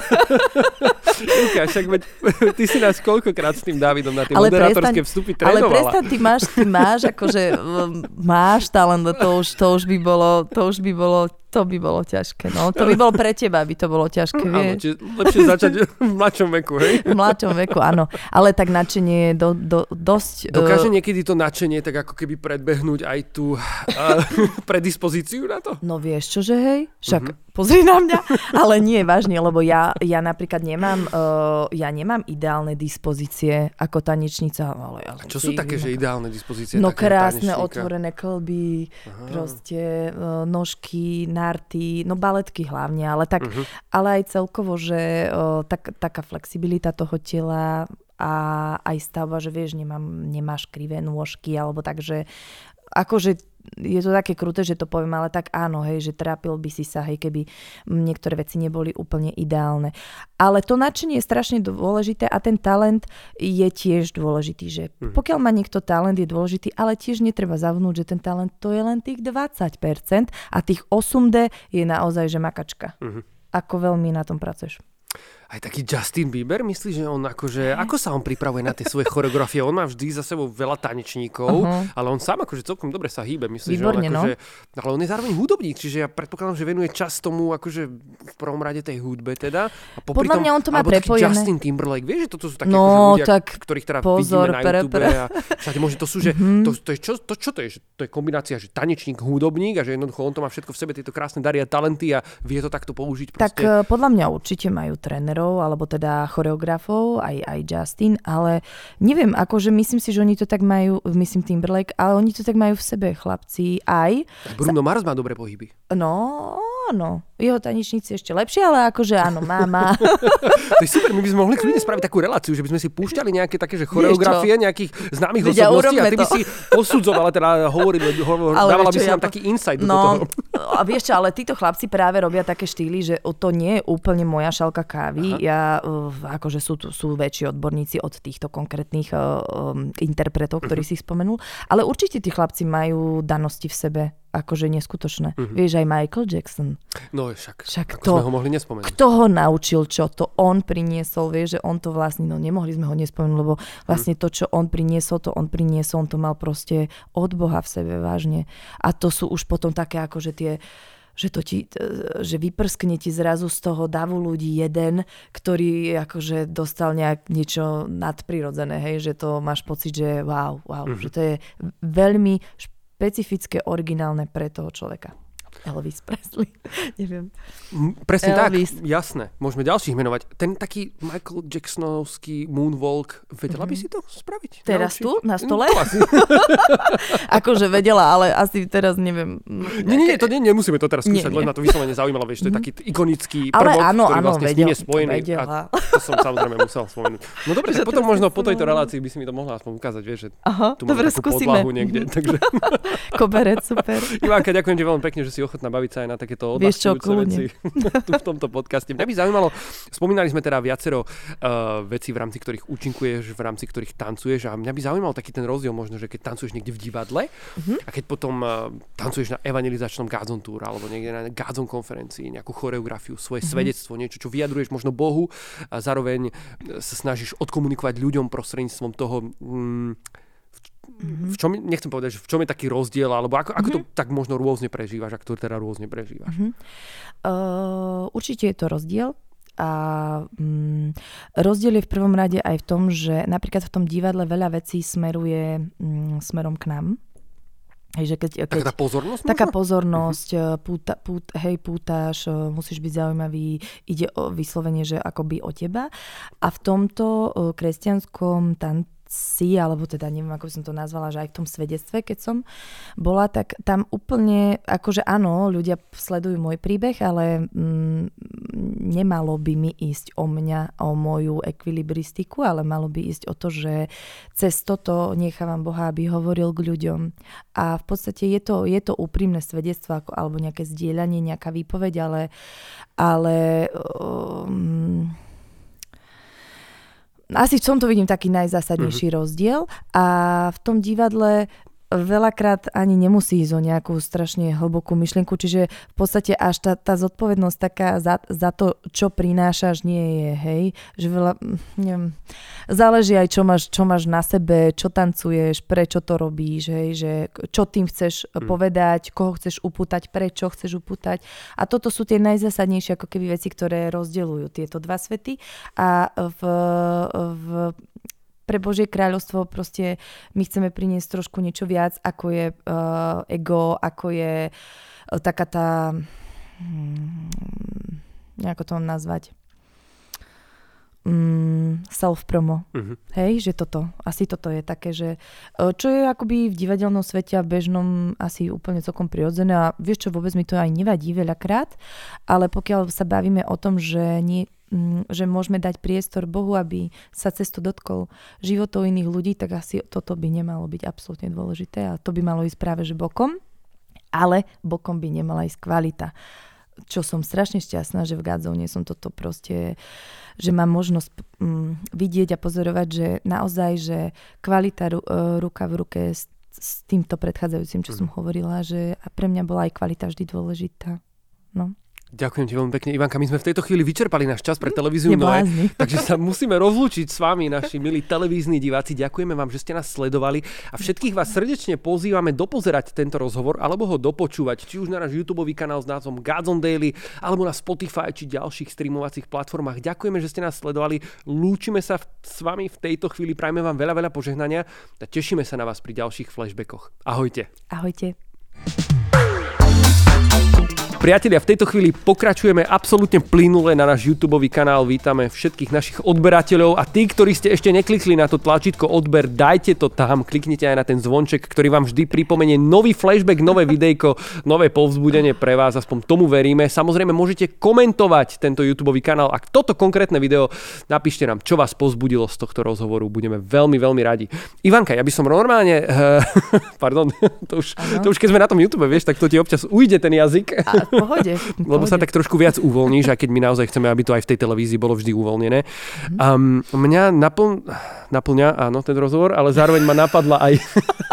Luka, však ty si nás koľkokrát s tým Dávidom na tie moderátorské vstupy trénovala. Ale prestaň, ty máš akože máš talent, to by bolo ťažké. No, to by bolo pre teba, by to bolo ťažké, vieš. Áno, čiže lepšie začať v mladšom veku, hej? V mladšom veku, áno. Ale tak nadšenie je dosť... Dokáže niekedy to nadšenie tak ako keby predbehnúť aj tú predispozíciu na to? No vieš čože, hej? Však pozri na mňa. Ale nie, vážne, lebo ja napríklad nemám ideálne dispozície ako tanečnica. Čo sú také, že ideálne dispozície? No krásne, otvorené kĺby, proste nožky, narty, no baletky hlavne, ale tak, ale aj celkovo, že taká flexibilita toho tela a aj stavba, že vieš, nemáš krivé nôžky, alebo tak, že akože je to také kruté, že to poviem, ale tak áno, hej, že trápil by si sa, hej, keby niektoré veci neboli úplne ideálne. Ale to nadšenie je strašne dôležité a ten talent je tiež dôležitý, že pokiaľ má niekto talent, je dôležitý, ale tiež netreba zavnúť, že ten talent to je len tých 20% a tých 8D je naozaj, že makačka. Ako veľmi na tom pracuješ. Aj taký Justin Bieber, myslíš, že on akože, ako sa on pripravuje na tie svoje choreografie? On má vždy za sebou veľa tanečníkov, ale on sám akože celkom dobre sa hýbe. Myslíš, výborne, že on akože, ale on je zároveň hudobník, čiže ja predpokladám, že venuje čas tomu akože v prvom rade tej hudbe teda. A podľa mňa on to má prepojené. Justin Timberlake, vieš, že toto sú také akože ľudia, tak ktorých teda pozor, vidíme na YouTube a všade možno to sú, že to je čo to je? Že to je kombinácia, že tanečník, hudobník a že jednoducho on to má všetko v sebe, tieto krásne dary a talenty a vie to takto použiť proste. Tak podľa mňa určite majú trénerov, alebo teda choreografov, aj Justin, ale neviem, akože myslím si, že oni to tak majú, myslím Timberlake, ale oni to tak majú v sebe, chlapci, aj. Bruno Mars má dobré pohyby. No, jeho tanečníci ešte lepšie, ale akože áno, má. To je super, my by sme mohli kľudne spraviť takú reláciu, že by sme si púšťali nejaké také, že choreografie nejakých známych osobností a ty by si posudzovala, teda dávala by si nám taký insight do toho. A vieš čo, ale títo chlapci práve robia také štýly, že to nie je úplne moja šálka kávy. Ja, akože sú väčší odborníci od týchto konkrétnych interpretov, ktorých si spomenul, ale určite tí chlapci majú danosti v sebe, akože neskutočné. Vieš, aj Michael Jackson. No však ako to, sme ho mohli nespomenúť. Kto ho naučil, čo to on priniesol, vieš, že on to vlastne, nemohli sme ho nespomenúť, lebo vlastne to, čo on priniesol, on to mal proste od Boha v sebe, vážne. A to sú už potom také akože tie že vyprskne ti zrazu z toho davu ľudí jeden, ktorý akože dostal niečo nadprirodzené, hej, že to máš pocit, že wow, že to je veľmi špecifické, originálne pre toho človeka. Elvis Presley, neviem. Presne Elvis. Tak, jasné. Môžeme ďalších menovať. Ten taký Michael Jacksonovský moonwalk, vedela by si to spraviť? Teraz naučiť? Tu? Na stole? Akože vedela, ale asi teraz neviem. Nie, to nemusíme to teraz skúšať, len na to vyslovene zaujímalo, vieš, to je taký ikonický prvok, ktorý vlastne s ním je spojený. A to som samozrejme musel spomenúť. No dobre, že potom možno po tejto relácii by si mi to mohla aspoň ukázať, vieš, že tu máme takú podlahu niekde. Koberec, super. Ivánka, ďakujem ti veľmi pekne, že si ochotná baviť sa aj na takéto odľahčujúce veci tu v tomto podcaste. Mňa by zaujímalo, spomínali sme teda viacero vecí, v rámci ktorých účinkuješ, v rámci ktorých tancuješ a mňa by zaujímal taký ten rozdiel možno, že keď tancuješ niekde v divadle a keď potom tancuješ na evangelizačnom Godzone Tour alebo niekde na Godzone konferencii, nejakú choreografiu, svoje svedectvo, niečo, čo vyjadruješ možno Bohu a zároveň sa snažíš odkomunikovať ľuďom prostredníctvom toho v čom, nechcem povedať, že v čom je taký rozdiel, alebo ako to tak možno rôzne prežívaš, ako to teda rôzne prežívaš? Určite je to rozdiel. A rozdiel je v prvom rade aj v tom, že napríklad v tom divadle veľa vecí smeruje smerom k nám. Hej, že keď taká pozornosť? Taká pozornosť, pútaš, musíš byť zaujímavý, ide vyslovene, že akoby o teba. A v tomto kresťanskom alebo teda neviem, ako by som to nazvala, že aj v tom svedectve, keď som bola, tak tam úplne, akože áno, ľudia sledujú môj príbeh, ale nemalo by mi ísť o mňa, o moju ekvilibristiku, ale malo by ísť o to, že cez toto nechávam Boha, aby hovoril k ľuďom. A v podstate je to úprimné svedectvo, alebo nejaké zdieľanie, nejaká výpoveď, ale asi v tomto vidím taký najzásadnejší rozdiel a v tom divadle veľakrát ani nemusí ísť o nejakú strašne hlbokú myšlienku, čiže v podstate až tá zodpovednosť taká za to, čo prinášaš, nie je, hej, že veľa, neviem, záleží aj čo máš na sebe, čo tancuješ, prečo to robíš, hej, že čo tým chceš povedať, koho chceš upútať, prečo chceš upútať a toto sú tie najzásadnejšie ako keby veci, ktoré rozdeľujú tieto dva svety a pre Božie kráľovstvo proste my chceme priniesť trošku niečo viac, ako je ego, ako je taká tá nejako to nazvať self-promo. Hej, že asi toto je také, že čo je akoby v divadelnom svete a bežnom asi úplne celkom prirodzené a vieš čo, vôbec mi to aj nevadí veľakrát, ale pokiaľ sa bavíme o tom, že môžeme dať priestor Bohu, aby sa cez to dotkol životov iných ľudí, tak asi toto by nemalo byť absolútne dôležité a to by malo ísť práve že bokom, ale bokom by nemala ísť kvalita. Čo som strašne šťastná, že v Godzone som toto proste, že mám možnosť vidieť a pozorovať, že naozaj, že kvalita ruka v ruke s týmto predchádzajúcim, čo som hovorila, že a pre mňa bola aj kvalita vždy dôležitá. No. Ďakujem ti veľmi pekne, Ivanka. My sme v tejto chvíli vyčerpali náš čas pre televíziu Noé, takže sa musíme rozlúčiť s vami, naši milí televízni diváci. Ďakujeme vám, že ste nás sledovali a všetkých vás srdečne pozývame dopozerať tento rozhovor alebo ho dopočúvať, či už na náš YouTubeový kanál s názvom Gods on Daily alebo na Spotify či ďalších streamovacích platformách. Ďakujeme, že ste nás sledovali. Lúčime sa s vami v tejto chvíli. Prajme vám veľa požehnania a tešíme sa na vás pri ďalších flashbackoch. Ahojte. Ahojte. Priatelia, v tejto chvíli pokračujeme absolútne plynule na náš YouTubeový kanál. Vítame všetkých našich odberateľov a tí, ktorí ste ešte neklikli na to tlačítko odber, dajte to tam, kliknite aj na ten zvonček, ktorý vám vždy pripomenie nový flashback, nové videjko, nové povzbudenie pre vás, aspoň tomu veríme. Samozrejme môžete komentovať tento YouTubeový kanál. Ak toto konkrétne video, napíšte nám, čo vás povzbudilo z tohto rozhovoru. Budeme veľmi radi. Ivanka, ja by som normálne pardon, to už keď sme na tom YouTube, vieš, tak to ti občas ujde ten jazyk. V pohode. Lebo sa tak trošku viac uvoľníš, aj keď my naozaj chceme, aby to aj v tej televízii bolo vždy uvoľnené. Mňa naplňa, áno, ten rozhovor, ale zároveň ma napadla aj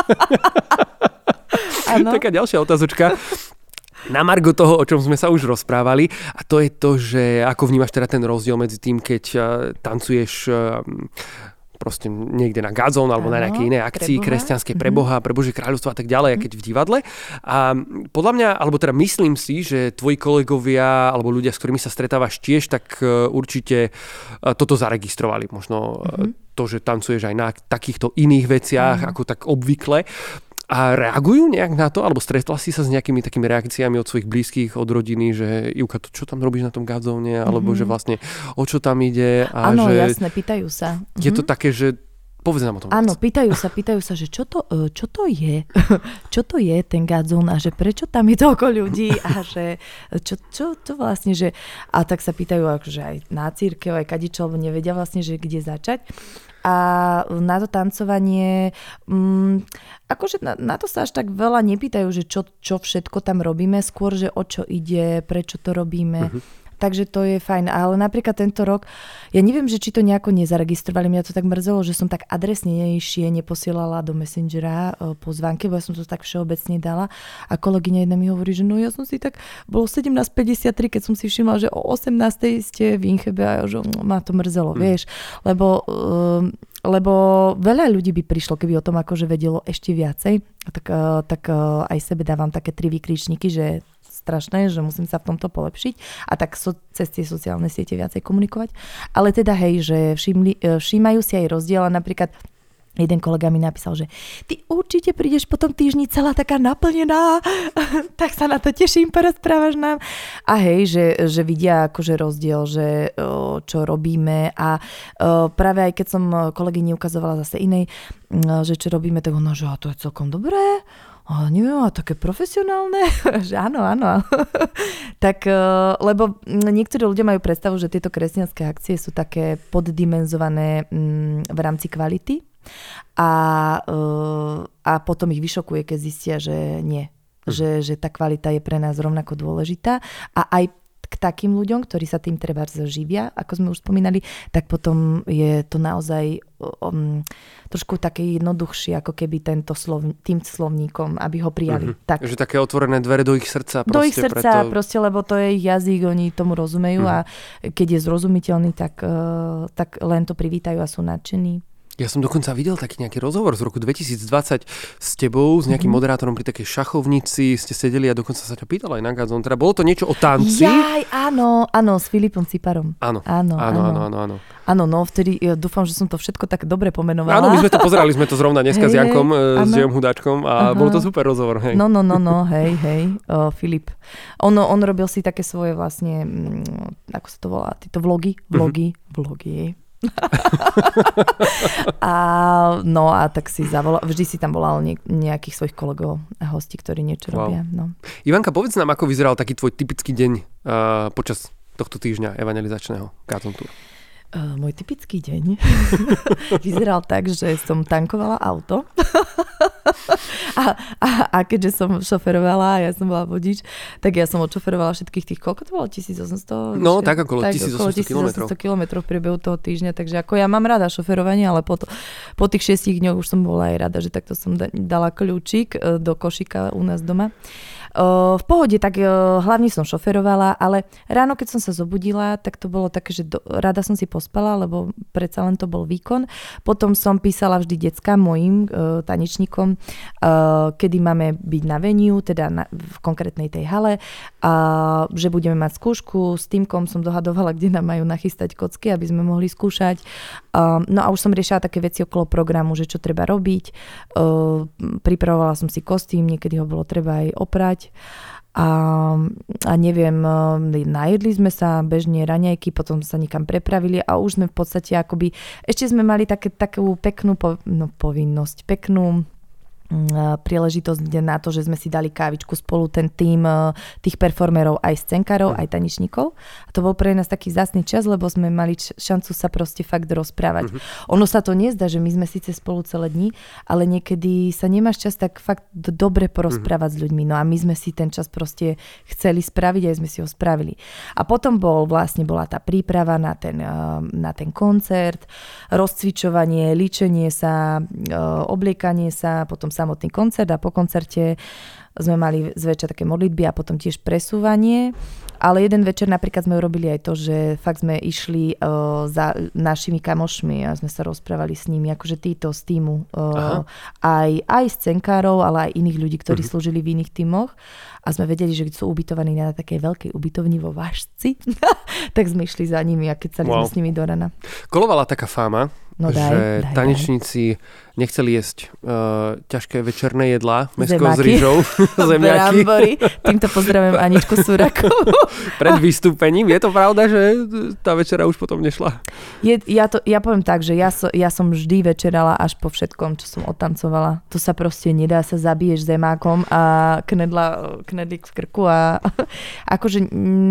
taká ďalšia otázočka. Na margo toho, o čom sme sa už rozprávali, a to je to, že ako vnímaš teda ten rozdiel medzi tým, keď tancuješ proste niekde na Gods on alebo na nejakej inej akcii kresťanskej pre Boha, pre Božie kráľovstvo a tak ďalej, a keď v divadle. A podľa mňa, alebo teda myslím si, že tvoji kolegovia alebo ľudia, s ktorými sa stretávaš tiež, tak určite toto zaregistrovali. Možno to, že tancuješ aj na takýchto iných veciach, ako tak obvykle. A reagujú nejak na to? Alebo stretla si sa s nejakými takými reakciami od svojich blízkych, od rodiny, že Ivka, to čo tam robíš na tom Gods one? Alebo že vlastne o čo tam ide? Áno, jasné, pýtajú sa. Je to také, že povedz nám o tom. Áno, pýtajú sa, že čo to je? Čo to je ten Gods one? A že prečo tam je toľko ľudí? A že čo to vlastne, že... A tak sa pýtajú akože aj na cirkev, aj kadičo, lebo nevedia vlastne, že kde začať. A na to tancovanie, akože na to sa až tak veľa nepýtajú, že čo všetko tam robíme, skôr, že o čo ide, prečo to robíme. Takže to je fajn. Ale napríklad tento rok, ja neviem, že či to nejako nezaregistrovali, mňa to tak mrzelo, že som tak adresnejšie neposielala do Messengera pozvánky, bo ja som to tak všeobecne dala. A kolegyňa jedna mi hovorí, že no ja som si tak, bolo 17:53, keď som si všimla, že o 18:00 ste v Inchebe a že ma to mrzelo, vieš. Lebo veľa ľudí by prišlo, keby o tom akože vedelo ešte viacej. Tak aj sebe dávam také 3 výkričníky, že strašné, že musím sa v tomto polepšiť a tak cez tie sociálne siete viacej komunikovať. Ale teda hej, že všímajú si aj rozdiel a napríklad jeden kolega mi napísal, že ty určite prídeš po tom týždni celá taká naplnená, tak sa na to teším, porozprávaš nám. A hej, že vidia akože rozdiel, že čo robíme a práve aj keď som kolegyni ukazovala zase inej, že čo robíme, tak ono, že to je celkom dobré. Neviem, a také profesionálne, že áno. Tak, lebo niektorí ľudia majú predstavu, že tieto kresťanské akcie sú také poddimenzované v rámci kvality a potom ich vyšokuje, keď zistia, že nie. Že tá kvalita je pre nás rovnako dôležitá a aj k takým ľuďom, ktorí sa tým trebárs živia, ako sme už spomínali, tak potom je to naozaj trošku také jednoduchšie, ako keby tým slovníkom, aby ho prijali. Tak. Že také otvorené dvere do ich srdca. Do ich srdca, proste, lebo to je ich jazyk, oni tomu rozumejú a keď je zrozumiteľný, tak len to privítajú a sú nadšení. Ja som dokonca videl taký nejaký rozhovor z roku 2020 s tebou, s nejakým moderátorom pri takej šachovnici, ste sedeli a dokonca sa ťa pýtal aj na Gods on. Teda bolo to niečo o tanci? Áno, s Filipom Ciparom. Áno, no vtedy dúfam, že som to všetko tak dobre pomenovala. Áno, my sme to pozerali, sme to zrovna dneska s Jankom, s Jejom Hudáčkom a bolo to super rozhovor. Hej. No, hej, Filip. On robil si také svoje vlastne, ako sa to volá, tieto vlogy. a tak si zavolal, vždy si tam volal nejakých svojich kolegov a hostí, ktorí niečo robia. No. Ivanka, povedz nám, ako vyzeral taký tvoj typický deň počas tohto týždňa evangelizačného Gods on Tour. Môj typický deň vyzeral tak, že som tankovala auto a keďže som šoferovala, ja som bola vodič, tak ja som odšoferovala všetkých tých, koľko to bolo? 1800? No, tak okolo 1800 kilometrov v priebehu toho týždňa, takže ako ja mám rada šoferovanie, ale po tých 6 dňoch už som bola aj rada, že takto som dala kľúčik do košíka u nás doma. V pohode, tak hlavne som šoferovala, ale ráno, keď som sa zobudila, tak to bolo také, že rada som si pospala, lebo predsa len to bol výkon. Potom som písala vždy deckám, mojim tanečníkom, kedy máme byť na venue, teda v konkrétnej tej hale, že budeme mať skúšku. S týmkom som dohadovala, kde nám majú nachystať kocky, aby sme mohli skúšať. No a už som riešila také veci okolo programu, že čo treba robiť. Pripravovala som si kostým, niekedy ho bolo treba aj oprať. A neviem, najedli sme sa bežne raňajky, potom sa nikam prepravili a už sme v podstate akoby, ešte sme mali takú peknú povinnosť, peknú príležitosť na to, že sme si dali kávičku spolu, ten tým tých performerov, aj scenkárov, aj tanečníkov. A to bol pre nás taký vzácny čas, lebo sme mali šancu sa proste fakt rozprávať. Ono sa to nezdá, že my sme síce spolu celé dni, ale niekedy sa nemáš čas tak fakt dobre porozprávať s ľuďmi. No a my sme si ten čas proste chceli spraviť, aj sme si ho spravili. A potom bola tá príprava na ten koncert, rozcvičovanie, líčenie sa, obliekanie sa, potom samotný koncert a po koncerte sme mali zväčša také modlitby a potom tiež presúvanie. Ale jeden večer napríklad sme urobili aj to, že fakt sme išli za našimi kamošmi a sme sa rozprávali s nimi, akože títo z týmu. Aj scenkárov, ale aj iných ľudí, ktorí slúžili v iných tímoch. A sme vedeli, že sú ubytovaní na takej veľkej ubytovni vo Vážci. Tak sme išli za nimi a kecali sme s nimi do rana. Kolovala taká fáma, že tanečníci nechceli jesť ťažké večerné jedlá, mäsko s rýžou, zemiaky. Brambory. Týmto pozdravujem Aničku Surakovú. Pred vystúpením. Je to pravda, že tá večera už potom nešla? Ja poviem tak, že ja som vždy večerala až po všetkom, čo som otancovala. To sa proste nedá, sa zabiješ zemákom a knedlík v krku a akože...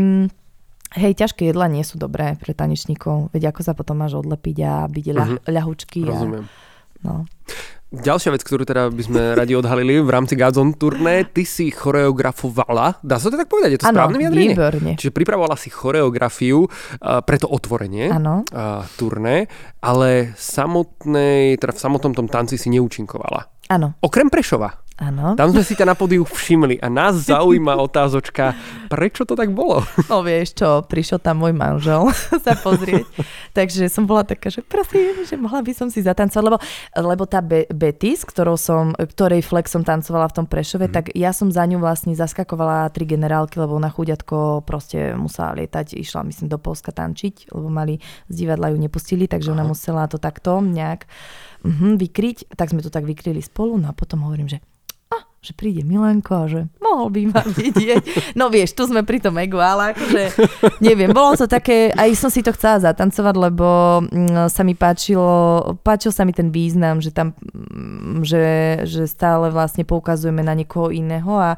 Hej, ťažké jedlá nie sú dobré pre tanečníkov. Veď ako sa potom máš odlepiť a byť ľahučký. Rozumiem. No. Ďalšia vec, ktorú teda by sme radi odhalili v rámci Godzone turné, ty si choreografovala, dá sa to tak povedať, je to správne vyjadrenie? Áno, výborne. Čiže pripravovala si choreografiu pre to otvorenie turné, ale v samotnom tom tanci si neúčinkovala. Áno. Okrem Prešova. Áno. Tam sme si ťa na pódiu všimli a nás zaujíma otázočka, prečo to tak bolo? No vieš čo, prišiel tam môj manžel sa pozrieť, takže som bola taká, že prosím, že mohla by som si zatancovať, lebo tá Betty, ktorej flex som tancovala v tom Prešove, tak ja som za ňu vlastne zaskakovala 3 generálky, lebo na chuďatko proste musela lietať, išla myslím do Poľska tančiť, lebo mali z divadla ju nepustili, takže ona musela to takto nejak vykryť, tak sme to tak vykryli spolu, no a potom hovorím, že príde Milenko a že mohol by ma vidieť. No vieš, tu sme pri tom egu, ale akože neviem, bolo to také, aj som si to chcela zatancovať, lebo sa mi páčil sa mi ten význam, že tam, že stále vlastne poukazujeme na niekoho iného a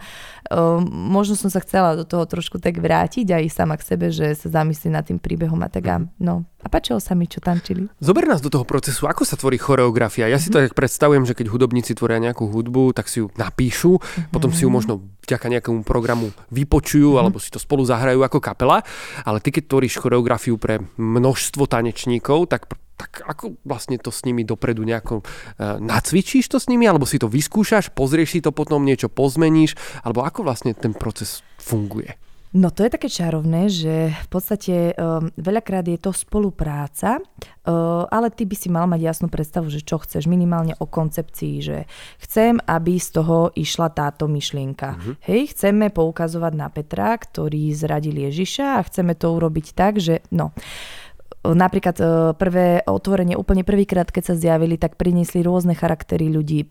možno som sa chcela do toho trošku tak vrátiť aj sama k sebe, že sa zamyslí nad tým príbehom a tak a páčilo sa mi, čo tančili. Zober nás do toho procesu, ako sa tvorí choreografia. Ja si to tak predstavujem, že keď hudobníci tvoria nejakú hudbu, tak si ju napíšu, potom si ju možno vďaka nejakému programu vypočujú, alebo si to spolu zahrajú ako kapela, ale ty keď tvoríš choreografiu pre množstvo tanečníkov, tak ako vlastne to s nimi dopredu nejako nacvičíš to s nimi, alebo si to vyskúšaš, pozrieš si to potom, niečo pozmeníš, alebo ako vlastne ten proces funguje? No to je také čarovné, že v podstate veľakrát je to spolupráca, ale ty by si mal mať jasnú predstavu, že čo chceš, minimálne o koncepcii, že chcem, aby z toho išla táto myšlienka. Hej, chceme poukazovať na Petra, ktorý zradil Ježiša a chceme to urobiť tak, že napríklad prvé otvorenie, úplne prvýkrát, keď sa zjavili, tak priniesli rôzne charaktery ľudí,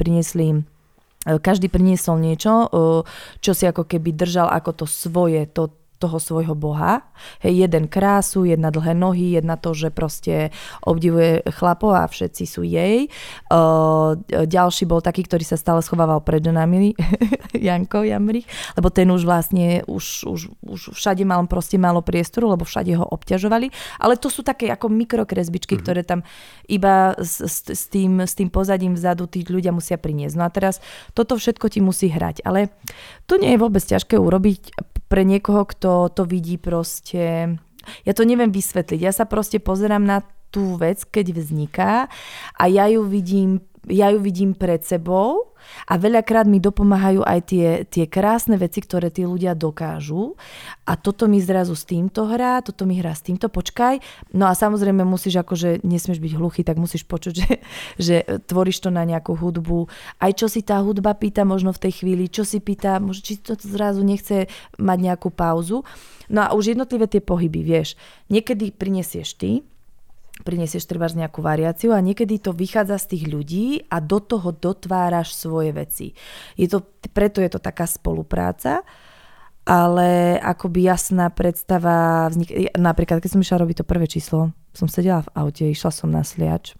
každý priniesol niečo, čo si ako keby držal ako to svoje, toho svojho boha. Hej, jeden krásu, jedna dlhé nohy, jedna to, že proste obdivuje chlapov a všetci sú jej. Ďalší bol taký, ktorý sa stále schovával pred ženami, Janko Jamrich, lebo ten už vlastne už všade mal proste málo priestoru, lebo všade ho obťažovali. Ale to sú také ako mikrokresbičky, ktoré tam iba s tým pozadím vzadu tí ľudia musia priniesť. No a teraz toto všetko ti musí hrať. Ale to nie je vôbec ťažké urobiť pre niekoho, kto to vidí proste... Ja to neviem vysvetliť. Ja sa proste pozerám na tú vec, keď vzniká a ja ju vidím pred sebou A veľakrát mi dopomáhajú aj tie krásne veci, ktoré tí ľudia dokážu. A toto mi zrazu s týmto hrá, toto mi hrá s týmto, počkaj. No a samozrejme musíš akože, nesmieš byť hluchý, tak musíš počuť, že tvoríš to na nejakú hudbu. Aj čo si tá hudba pýta možno v tej chvíli, čo si pýta, možno či to zrazu nechce mať nejakú pauzu. No a už jednotlivé tie pohyby, vieš. Niekedy prinesieš trebárs nejakú variáciu a niekedy to vychádza z tých ľudí a do toho dotváraš svoje veci. Preto je to taká spolupráca, ale akoby jasná predstava napríklad, keď som išla robiť to prvé číslo, som sedela v aute, išla som na sliač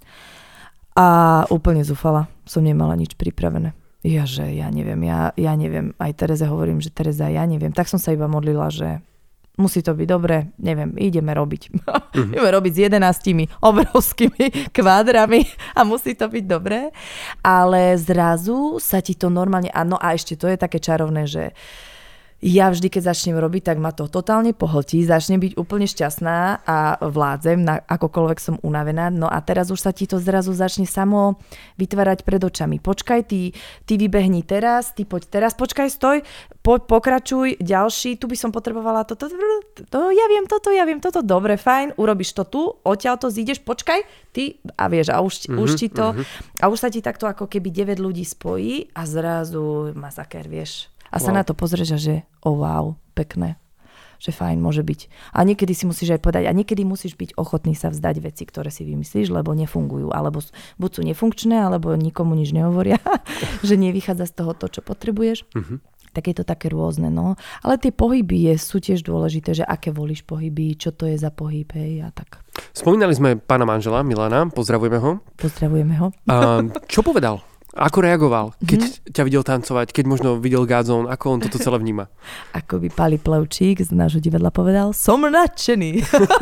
a úplne zúfala. Som nemala nič pripravené. Ja neviem, aj Tereze hovorím, že Tereza, ja neviem. Tak som sa iba modlila, že musí to byť dobre, neviem, ideme robiť. Ideme robiť s 11 obrovskými kvádrami a musí to byť dobré. Ale zrazu sa ti to normálne, no a ešte to je také čarovné, že ja vždy, keď začnem robiť, tak ma to totálne pohltí, začnem byť úplne šťastná a vládzem, akokoľvek som unavená. No a teraz už sa ti to zrazu začne samo vytvárať pred očami. Počkaj, ty vybehni teraz, ty poď teraz, počkaj, stoj, pokračuj, ďalší, tu by som potrebovala toto, ja viem toto, dobre, fajn, urobíš to tu, odtiaľ to zídeš, počkaj, ty, a vieš, a už ti to, a už sa ti takto ako keby 9 ľudí spojí a zrazu masaker, vieš. A sa na to pozrieš a že wow, pekné, že fajn môže byť. A niekedy si musíš aj povedať, a niekedy musíš byť ochotný sa vzdať veci, ktoré si vymyslíš, lebo nefungujú, alebo buď sú nefunkčné, alebo nikomu nič nehovoria, že nevychádza z toho to, čo potrebuješ. Tak je to také rôzne, no. Ale tie pohyby sú tiež dôležité, že aké volíš pohyby, čo to je za pohyb, a tak. Spomínali sme pána manžela, Milana, pozdravujeme ho. Pozdravujeme ho. Čo povedal? Ako reagoval, keď ťa videl tancovať, keď možno videl Godzone, ako on toto celé vníma? Ako by Pali Plevčík z nášho divadla povedal, som nadšený.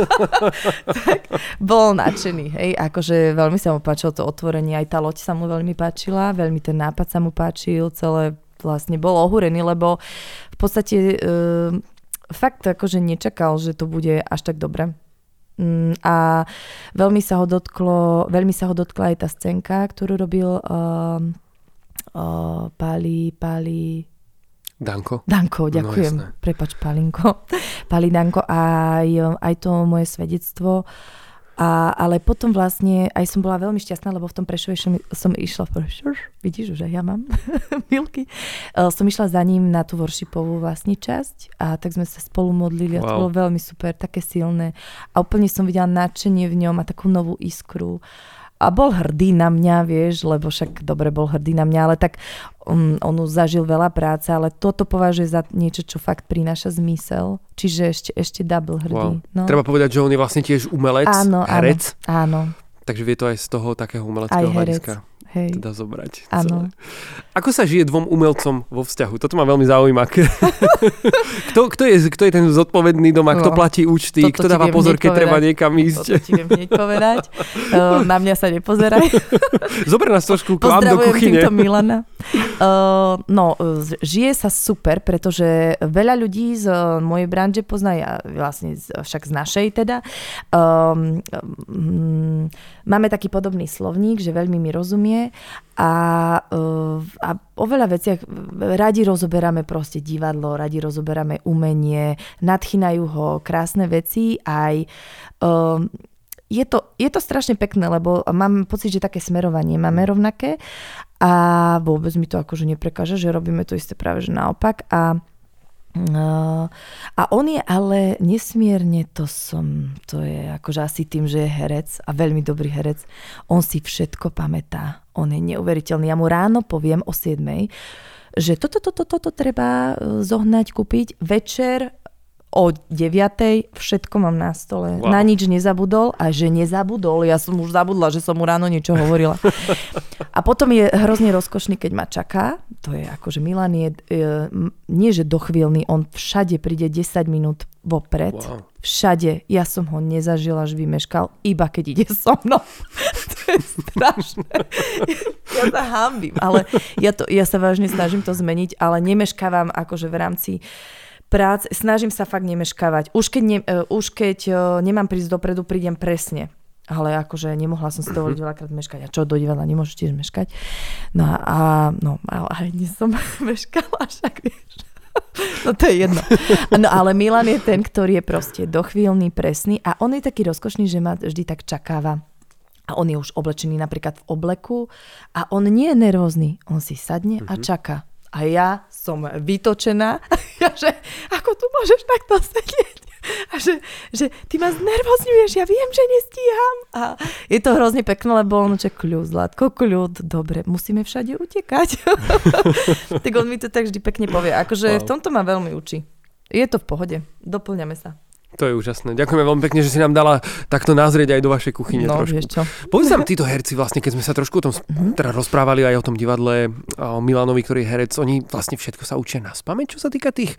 Tak, bol nadšený, hej, akože veľmi sa mu páčilo to otvorenie, aj tá loď sa mu veľmi páčila, veľmi ten nápad sa mu páčil, celé vlastne bol ohúrený, lebo v podstate fakt akože nečakal, že to bude až tak dobre. A veľmi sa ho dotkla aj tá scénka, ktorú robil Pali Danko, ďakujem. No, prepáč, Pali Danko aj to moje svedectvo. Ale potom vlastne aj som bola veľmi šťastná, lebo v tom Prešove som išla vidíš, že ja mám milky. Som išla za ním na tú worshipovú vlastne časť a tak sme sa spolu modlili a to bolo veľmi super, také silné. A úplne som videla nadšenie v ňom a takú novú iskru. A bol hrdý na mňa, vieš, lebo však dobre bol hrdý na mňa, ale tak on už zažil veľa práce, ale toto považuje za niečo, čo fakt prináša zmysel. Čiže ešte double hrdý. Wow. No. Treba povedať, že on je vlastne tiež umelec, herec. Áno. Takže vie to aj z toho takého umeleckého hľadiska. Hej. Teda zobrať. Áno. Ako sa žije dvom umelcom vo vzťahu? Toto ma veľmi zaujíma. Kto je ten zodpovedný doma? Kto platí účty? Kto dáva pozor, keď treba niekam ísť? Toto ti viem hneď povedať. Na mňa sa nepozeraj. Zober nás trošku k vám do kuchyne. Pozdravujem týmto Milana. Žije sa super, pretože veľa ľudí z mojej branže pozná, vlastne však z našej teda. Máme taký podobný slovník, že veľmi mi rozumie a o veľa veciach radi rozoberáme proste divadlo, radi rozoberáme umenie, nadchýnajú ho krásne veci aj je to strašne pekné, lebo mám pocit, že také smerovanie máme rovnaké a vôbec mi to akože neprekáža, že robíme to isté práve, že naopak a on je ale nesmierne, to je akože asi tým, že je herec a veľmi dobrý herec, on si všetko pamätá, on je neuveriteľný. Ja mu ráno poviem o 7:00, že toto treba zohnať, kúpiť, večer o 9:00 všetko mám na stole. Wow. Na nič nezabudol a že nezabudol. Ja som už zabudla, že som mu ráno niečo hovorila. A potom je hrozne rozkošný, keď ma čaká. To je akože Milan je nie že dochvíľný, on všade príde 10 minút vopred. Wow. Všade. Ja som ho nezažila, že vymeškal, iba keď ide so mnou. To je strašné. Ja sa hanbím, ale ja sa vážne snažím to zmeniť, ale nemeškávam akože v rámci snažím sa fakt nemeškávať. Už keď nemám prísť dopredu, prídem presne. Ale akože nemohla som si dovoliť veľakrát meškať. A čo, do divadla nemôžeš tiež meškať? No ale aj dnes som meškala, však vieš. No to je jedno. No ale Milan je ten, ktorý je proste dochvíľný, presný a on je taký rozkošný, že ma vždy tak čakáva. A on je už oblečený napríklad v obleku a on nie je nervózny. On si sadne a čaká. A ja som vytočená. Ja, že ako tu môžeš takto sedieť? A že ty ma znervozňuješ, ja viem, že nestíham. A je to hrozne pekné, lebo on kľud, Zlatko, kľud, dobre, musíme všade utekať. Tak on mi to tak vždy pekne povie. Akože v tomto ma veľmi učí. Je to v pohode, doplňame sa. To je úžasné. Ďakujeme veľmi pekne, že si nám dala takto nazrieť aj do vašej kuchyne trošku. Vieš čo. Povedz nám, títo herci vlastne, keď sme sa trošku o tom teda rozprávali aj o tom divadle, o Milanovi, ktorý je herec, oni vlastne všetko sa učia naspamäť, čo sa týka tých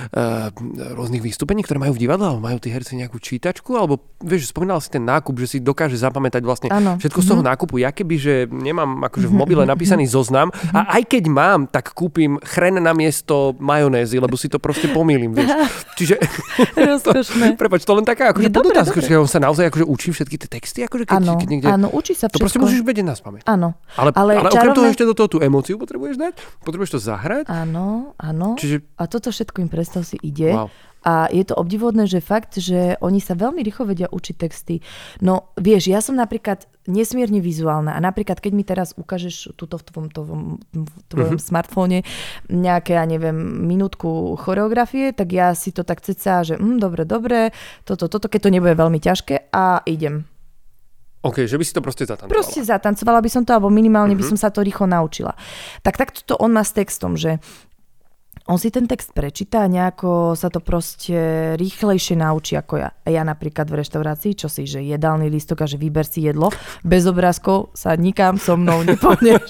rôznych vystúpení, ktoré majú v divadle, alebo majú tí herci nejakú čítačku, alebo vieš, spomínal si ten nákup, že si dokáže zapamätať vlastne všetko z toho nákupu. Ja keby, že nemám akože v mobile napísaný zoznam a aj keď mám, tak kúpim chren na miesto majonézy, lebo si to proste pomýlim, vieš. Čiže prepáč, to len taká akože podotázka, že on sa naozaj akože učí všetky tie texty, akože keď niekde... Áno, učí sa všetko. To proste musíš vedieť naspamäť. Áno. Ale okrem toho ešte do toho tú emóciu potrebuješ dať? Potrebuješ to zahrať? Áno. Čiže... A toto všetko im predstav si ide. Wow. A je to obdivodné, že fakt, že oni sa veľmi rýchlo vedia učiť texty. No vieš, ja som napríklad nesmierne vizuálna a napríklad keď mi teraz ukážeš tuto v tvojom smartfóne nejaké, ja neviem, minútku choreografie, tak ja si to tak cecá, že dobre, toto, keď to nebude veľmi ťažké a idem. OK, že by si to proste zatancovala. Proste zatancovala by som to, alebo minimálne by som sa to rýchlo naučila. Tak takto to on má s textom, že on si ten text prečíta a nejako sa to proste rýchlejšie naučí ako ja. A ja napríklad v reštaurácii, čo si, že jedálny lístok a že vyber si jedlo, bez obrázkov sa nikam so mnou nepohneš.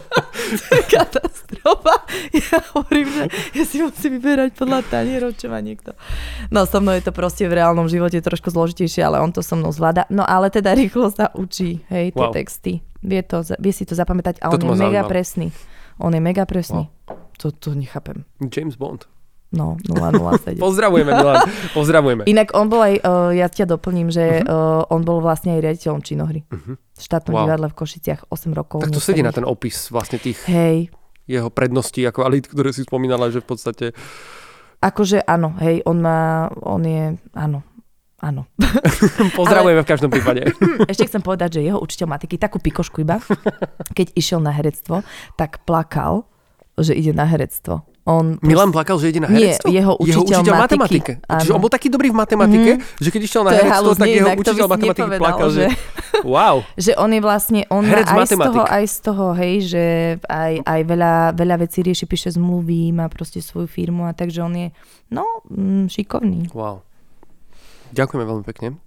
Katastrofa. Ja hovorím, že ja si musím vyberať podľa tanierov, čo má niekto. No so mnou je to proste v reálnom živote trošku zložitejšie, ale on to so mnou zvláda. No ale teda rýchlo sa učí, hej, tie texty. Vie si to zapamätať a on je mega presný. On je mega presný. To nechápem. James Bond. No, 007. Pozdravujeme, Milan. Pozdravujeme. Inak on bol aj, ja ťa doplním, že on bol vlastne aj riaditeľom činohry. V štátnom divadle v Košiciach 8 rokov. Tak to sedí na ten opis vlastne tých jeho predností a kvalít, ktoré si spomínala, že v podstate... Akože áno, hej, on je, áno. Pozdravujeme v každom prípade. Ešte chcem povedať, že jeho učiteľ matiky, takú pikošku iba, keď išiel na herectvo, tak plakal, že ide na herectvo. Milan plakal, že ide na herectvo? Nie, jeho učiteľ matematike. Čiže on bol taký dobrý v matematike, že keď išiel na herectvo, tak jeho učiteľ matematiky plakal, že wow. Že on je vlastne, on aj z toho, hej, že aj veľa vecí rieši, píše zmluvy, má proste svoju firmu a takže on je, šikovný. Wow. Ďakujeme veľmi pekne.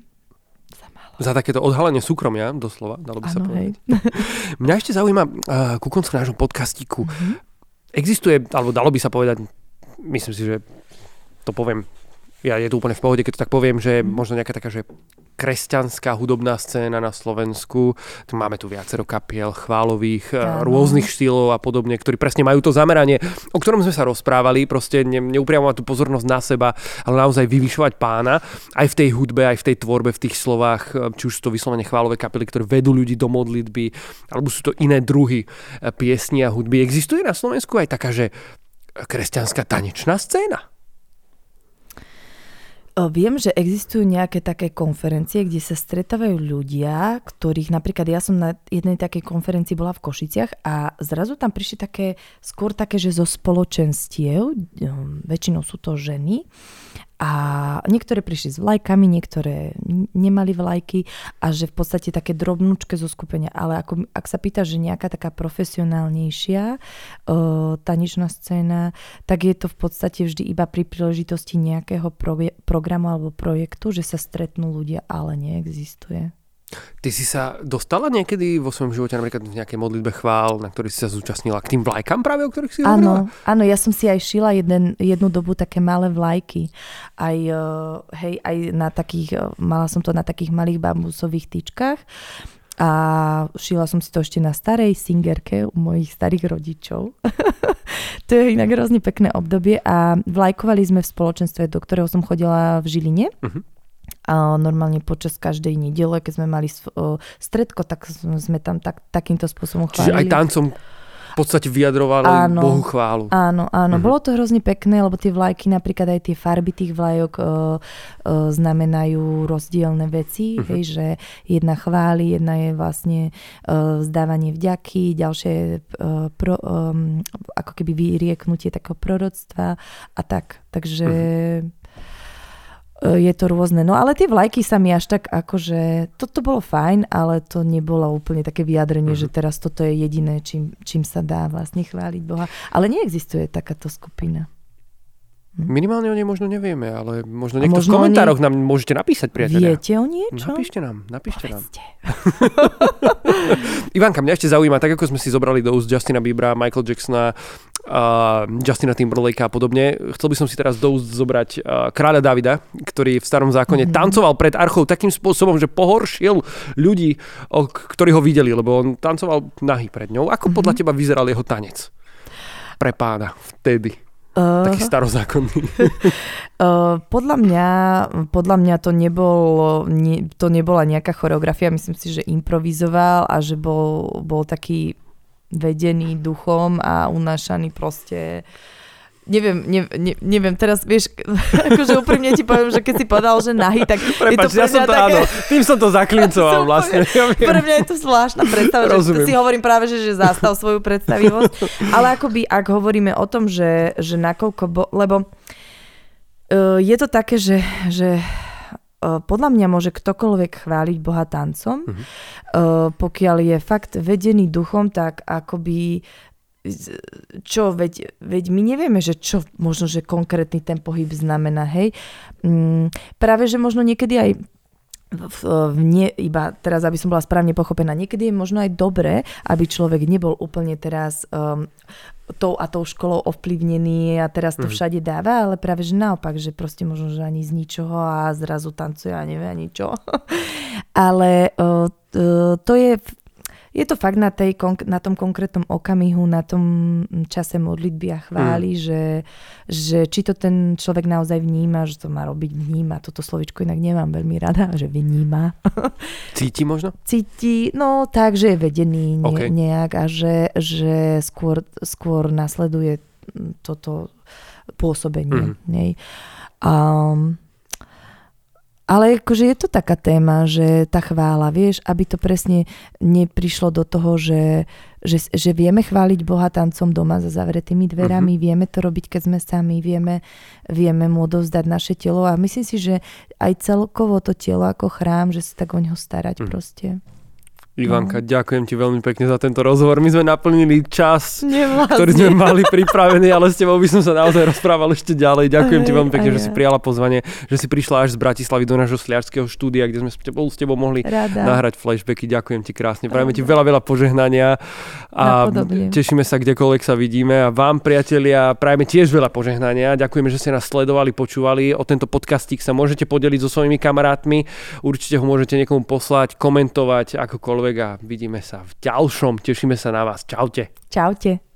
Za takéto odhalenie súkromia, doslova, dalo by sa povedať. Mňa ešte zaujíma ku koncu nášho podcastíku. Existuje, alebo dalo by sa povedať, myslím si, že to poviem, je to úplne v pohode, keď to tak poviem, že možno nejaká taká, že kresťanská hudobná scéna na Slovensku. Máme tu viacero kapiel, chválových, rôznych štýlov a podobne, ktorí presne majú to zameranie, o ktorom sme sa rozprávali, proste neupriamovať tú pozornosť na seba, ale naozaj vyvyšovať Pána, aj v tej hudbe, aj v tej tvorbe, v tých slovách, či už sú to vyslovene chválové kapely, ktoré vedú ľudí do modlitby, alebo sú to iné druhy piesní a hudby. Existuje na Slovensku aj taká, že kresťanská tanečná scéna? Viem, že existujú nejaké také konferencie, kde sa stretávajú ľudia, ktorých napríklad ja som na jednej takej konferencii bola v Košiciach a zrazu tam prišli skôr také, že zo spoločenstiev, väčšinou sú to ženy a niektoré prišli s vlajkami, niektoré nemali vlajky a že v podstate také drobnúčke zo skupenia, ale ak sa pýta, že nejaká taká profesionálnejšia tanečná scéna, tak je to v podstate vždy iba pri príležitosti nejakého programu alebo projektu, že sa stretnú ľudia, ale neexistuje. Ty si sa dostala niekedy vo svojom živote napríklad v nejakej modlitbe chvál, na ktorých si sa zúčastnila, k tým vlajkám práve, o ktorých si hovorila? Áno, ja som si aj šila jednu dobu také malé vlajky. Aj na takých, mala som to na takých malých bambusových tyčkách a šila som si to ešte na starej singerke u mojich starých rodičov. To je inak hrozne pekné obdobie a vlajkovali sme v spoločenstve, do ktorého som chodila v Žiline. A normálne počas každej nedele, keď sme mali stredko, tak sme tam takýmto spôsobom chválili. Čiže aj tancom v podstate vyjadrovali Bohu chválu. Áno. Bolo to hrozne pekné, lebo tie vlajky, napríklad aj tie farby tých vlajok znamenajú rozdielne veci, hej, že jedna chváli, jedna je vlastne vzdávanie vďaky, ďalšie je ako keby vyrieknutie takého proroctva a tak. Takže je to rôzne. No ale tie vlajky sa mi až tak akože, toto bolo fajn, ale to nebolo úplne také vyjadrenie, že teraz toto je jediné, čím sa dá vlastne chváliť Boha. Ale neexistuje takáto skupina. Minimálne o nej možno nevieme, ale možno niekto v komentároch nám môžete napísať, priatelia. Viete o niečo? Napíšte nám. Ivanka, mňa ešte zaujíma, tak ako sme si zobrali do úst Justina Biebera, Michael Jacksona, Justina Timberlakea a podobne, chcel by som si teraz do úst zobrať kráľa Davida, ktorý v starom zákone tancoval pred archou takým spôsobom, že pohoršil ľudí, ktorí ho videli, lebo on tancoval nahý pred ňou. Ako podľa teba vyzeral jeho tanec pre Pána vtedy? Taký starozákonný. Podľa mňa to nebola nejaká choreografia. Myslím si, že improvizoval a že bol taký vedený duchom a unášaný proste. Neviem, teraz vieš, akože úprimne ti poviem, že keď si povedal, že nahý, tak prepáč, je to pre mňa také... Áno, tým som to zaklincoval vlastne. Pre mňa je to zvláštna predstava, že si hovorím práve, že zastav svoju predstavivosť, ale akoby, ak hovoríme o tom, že nakoľko, lebo je to také, že podľa mňa môže ktokoľvek chváliť Boha tancom, pokiaľ je fakt vedený duchom, tak akoby veď my nevieme, že čo možno, že konkrétny ten pohyb znamená, hej. Práve, že možno niekedy aj iba teraz, aby som bola správne pochopená, niekedy je možno aj dobré, aby človek nebol úplne teraz tou a tou školou ovplyvnený a teraz to všade dáva, ale práve, že naopak, že proste možno, že ani z ničoho a zrazu tancuje a nevie ani čo. Ale to je to fakt na tom konkrétnom okamihu, na tom čase modlitby a chvály, že či to ten človek naozaj vníma, že to má robiť vníma. Toto slovičko inak nemám veľmi rada, že vníma. Cíti možno? Cíti, no tak, že je vedený nejak a že skôr nasleduje toto pôsobenie. Ale akože je to taká téma, že tá chvála, vieš, aby to presne neprišlo do toho, že vieme chváliť Boha tancom doma za zavretými dverami, vieme to robiť, keď sme sami, vieme mu odovzdať naše telo a myslím si, že aj celkovo to telo ako chrám, že sa tak o neho starať proste. Ivanka, ďakujem ti veľmi pekne za tento rozhovor. My sme naplnili čas, ktorý sme mali pripravený, ale s tebou by som sa naozaj rozprával ešte ďalej. Ďakujem ti veľmi pekne, že si prijala pozvanie, že si prišla až z Bratislavy do nášho sliarskeho štúdia, kde sme s tebou mohli nahrať flashbacky. Ďakujem ti krásne. Prajeme ti veľa požehnania a tešíme sa, kdekoľvek sa vidíme. A vám, priatelia, prajeme tiež veľa požehnania. Ďakujeme, že ste nás sledovali, počúvali. O tento podcastík sa môžete podeliť so svojimi kamarátmi. Určite ho môžete niekomu poslať, komentovať, akokoľvek. A vidíme sa v ďalšom. Tešíme sa na vás. Čaute. Čaute.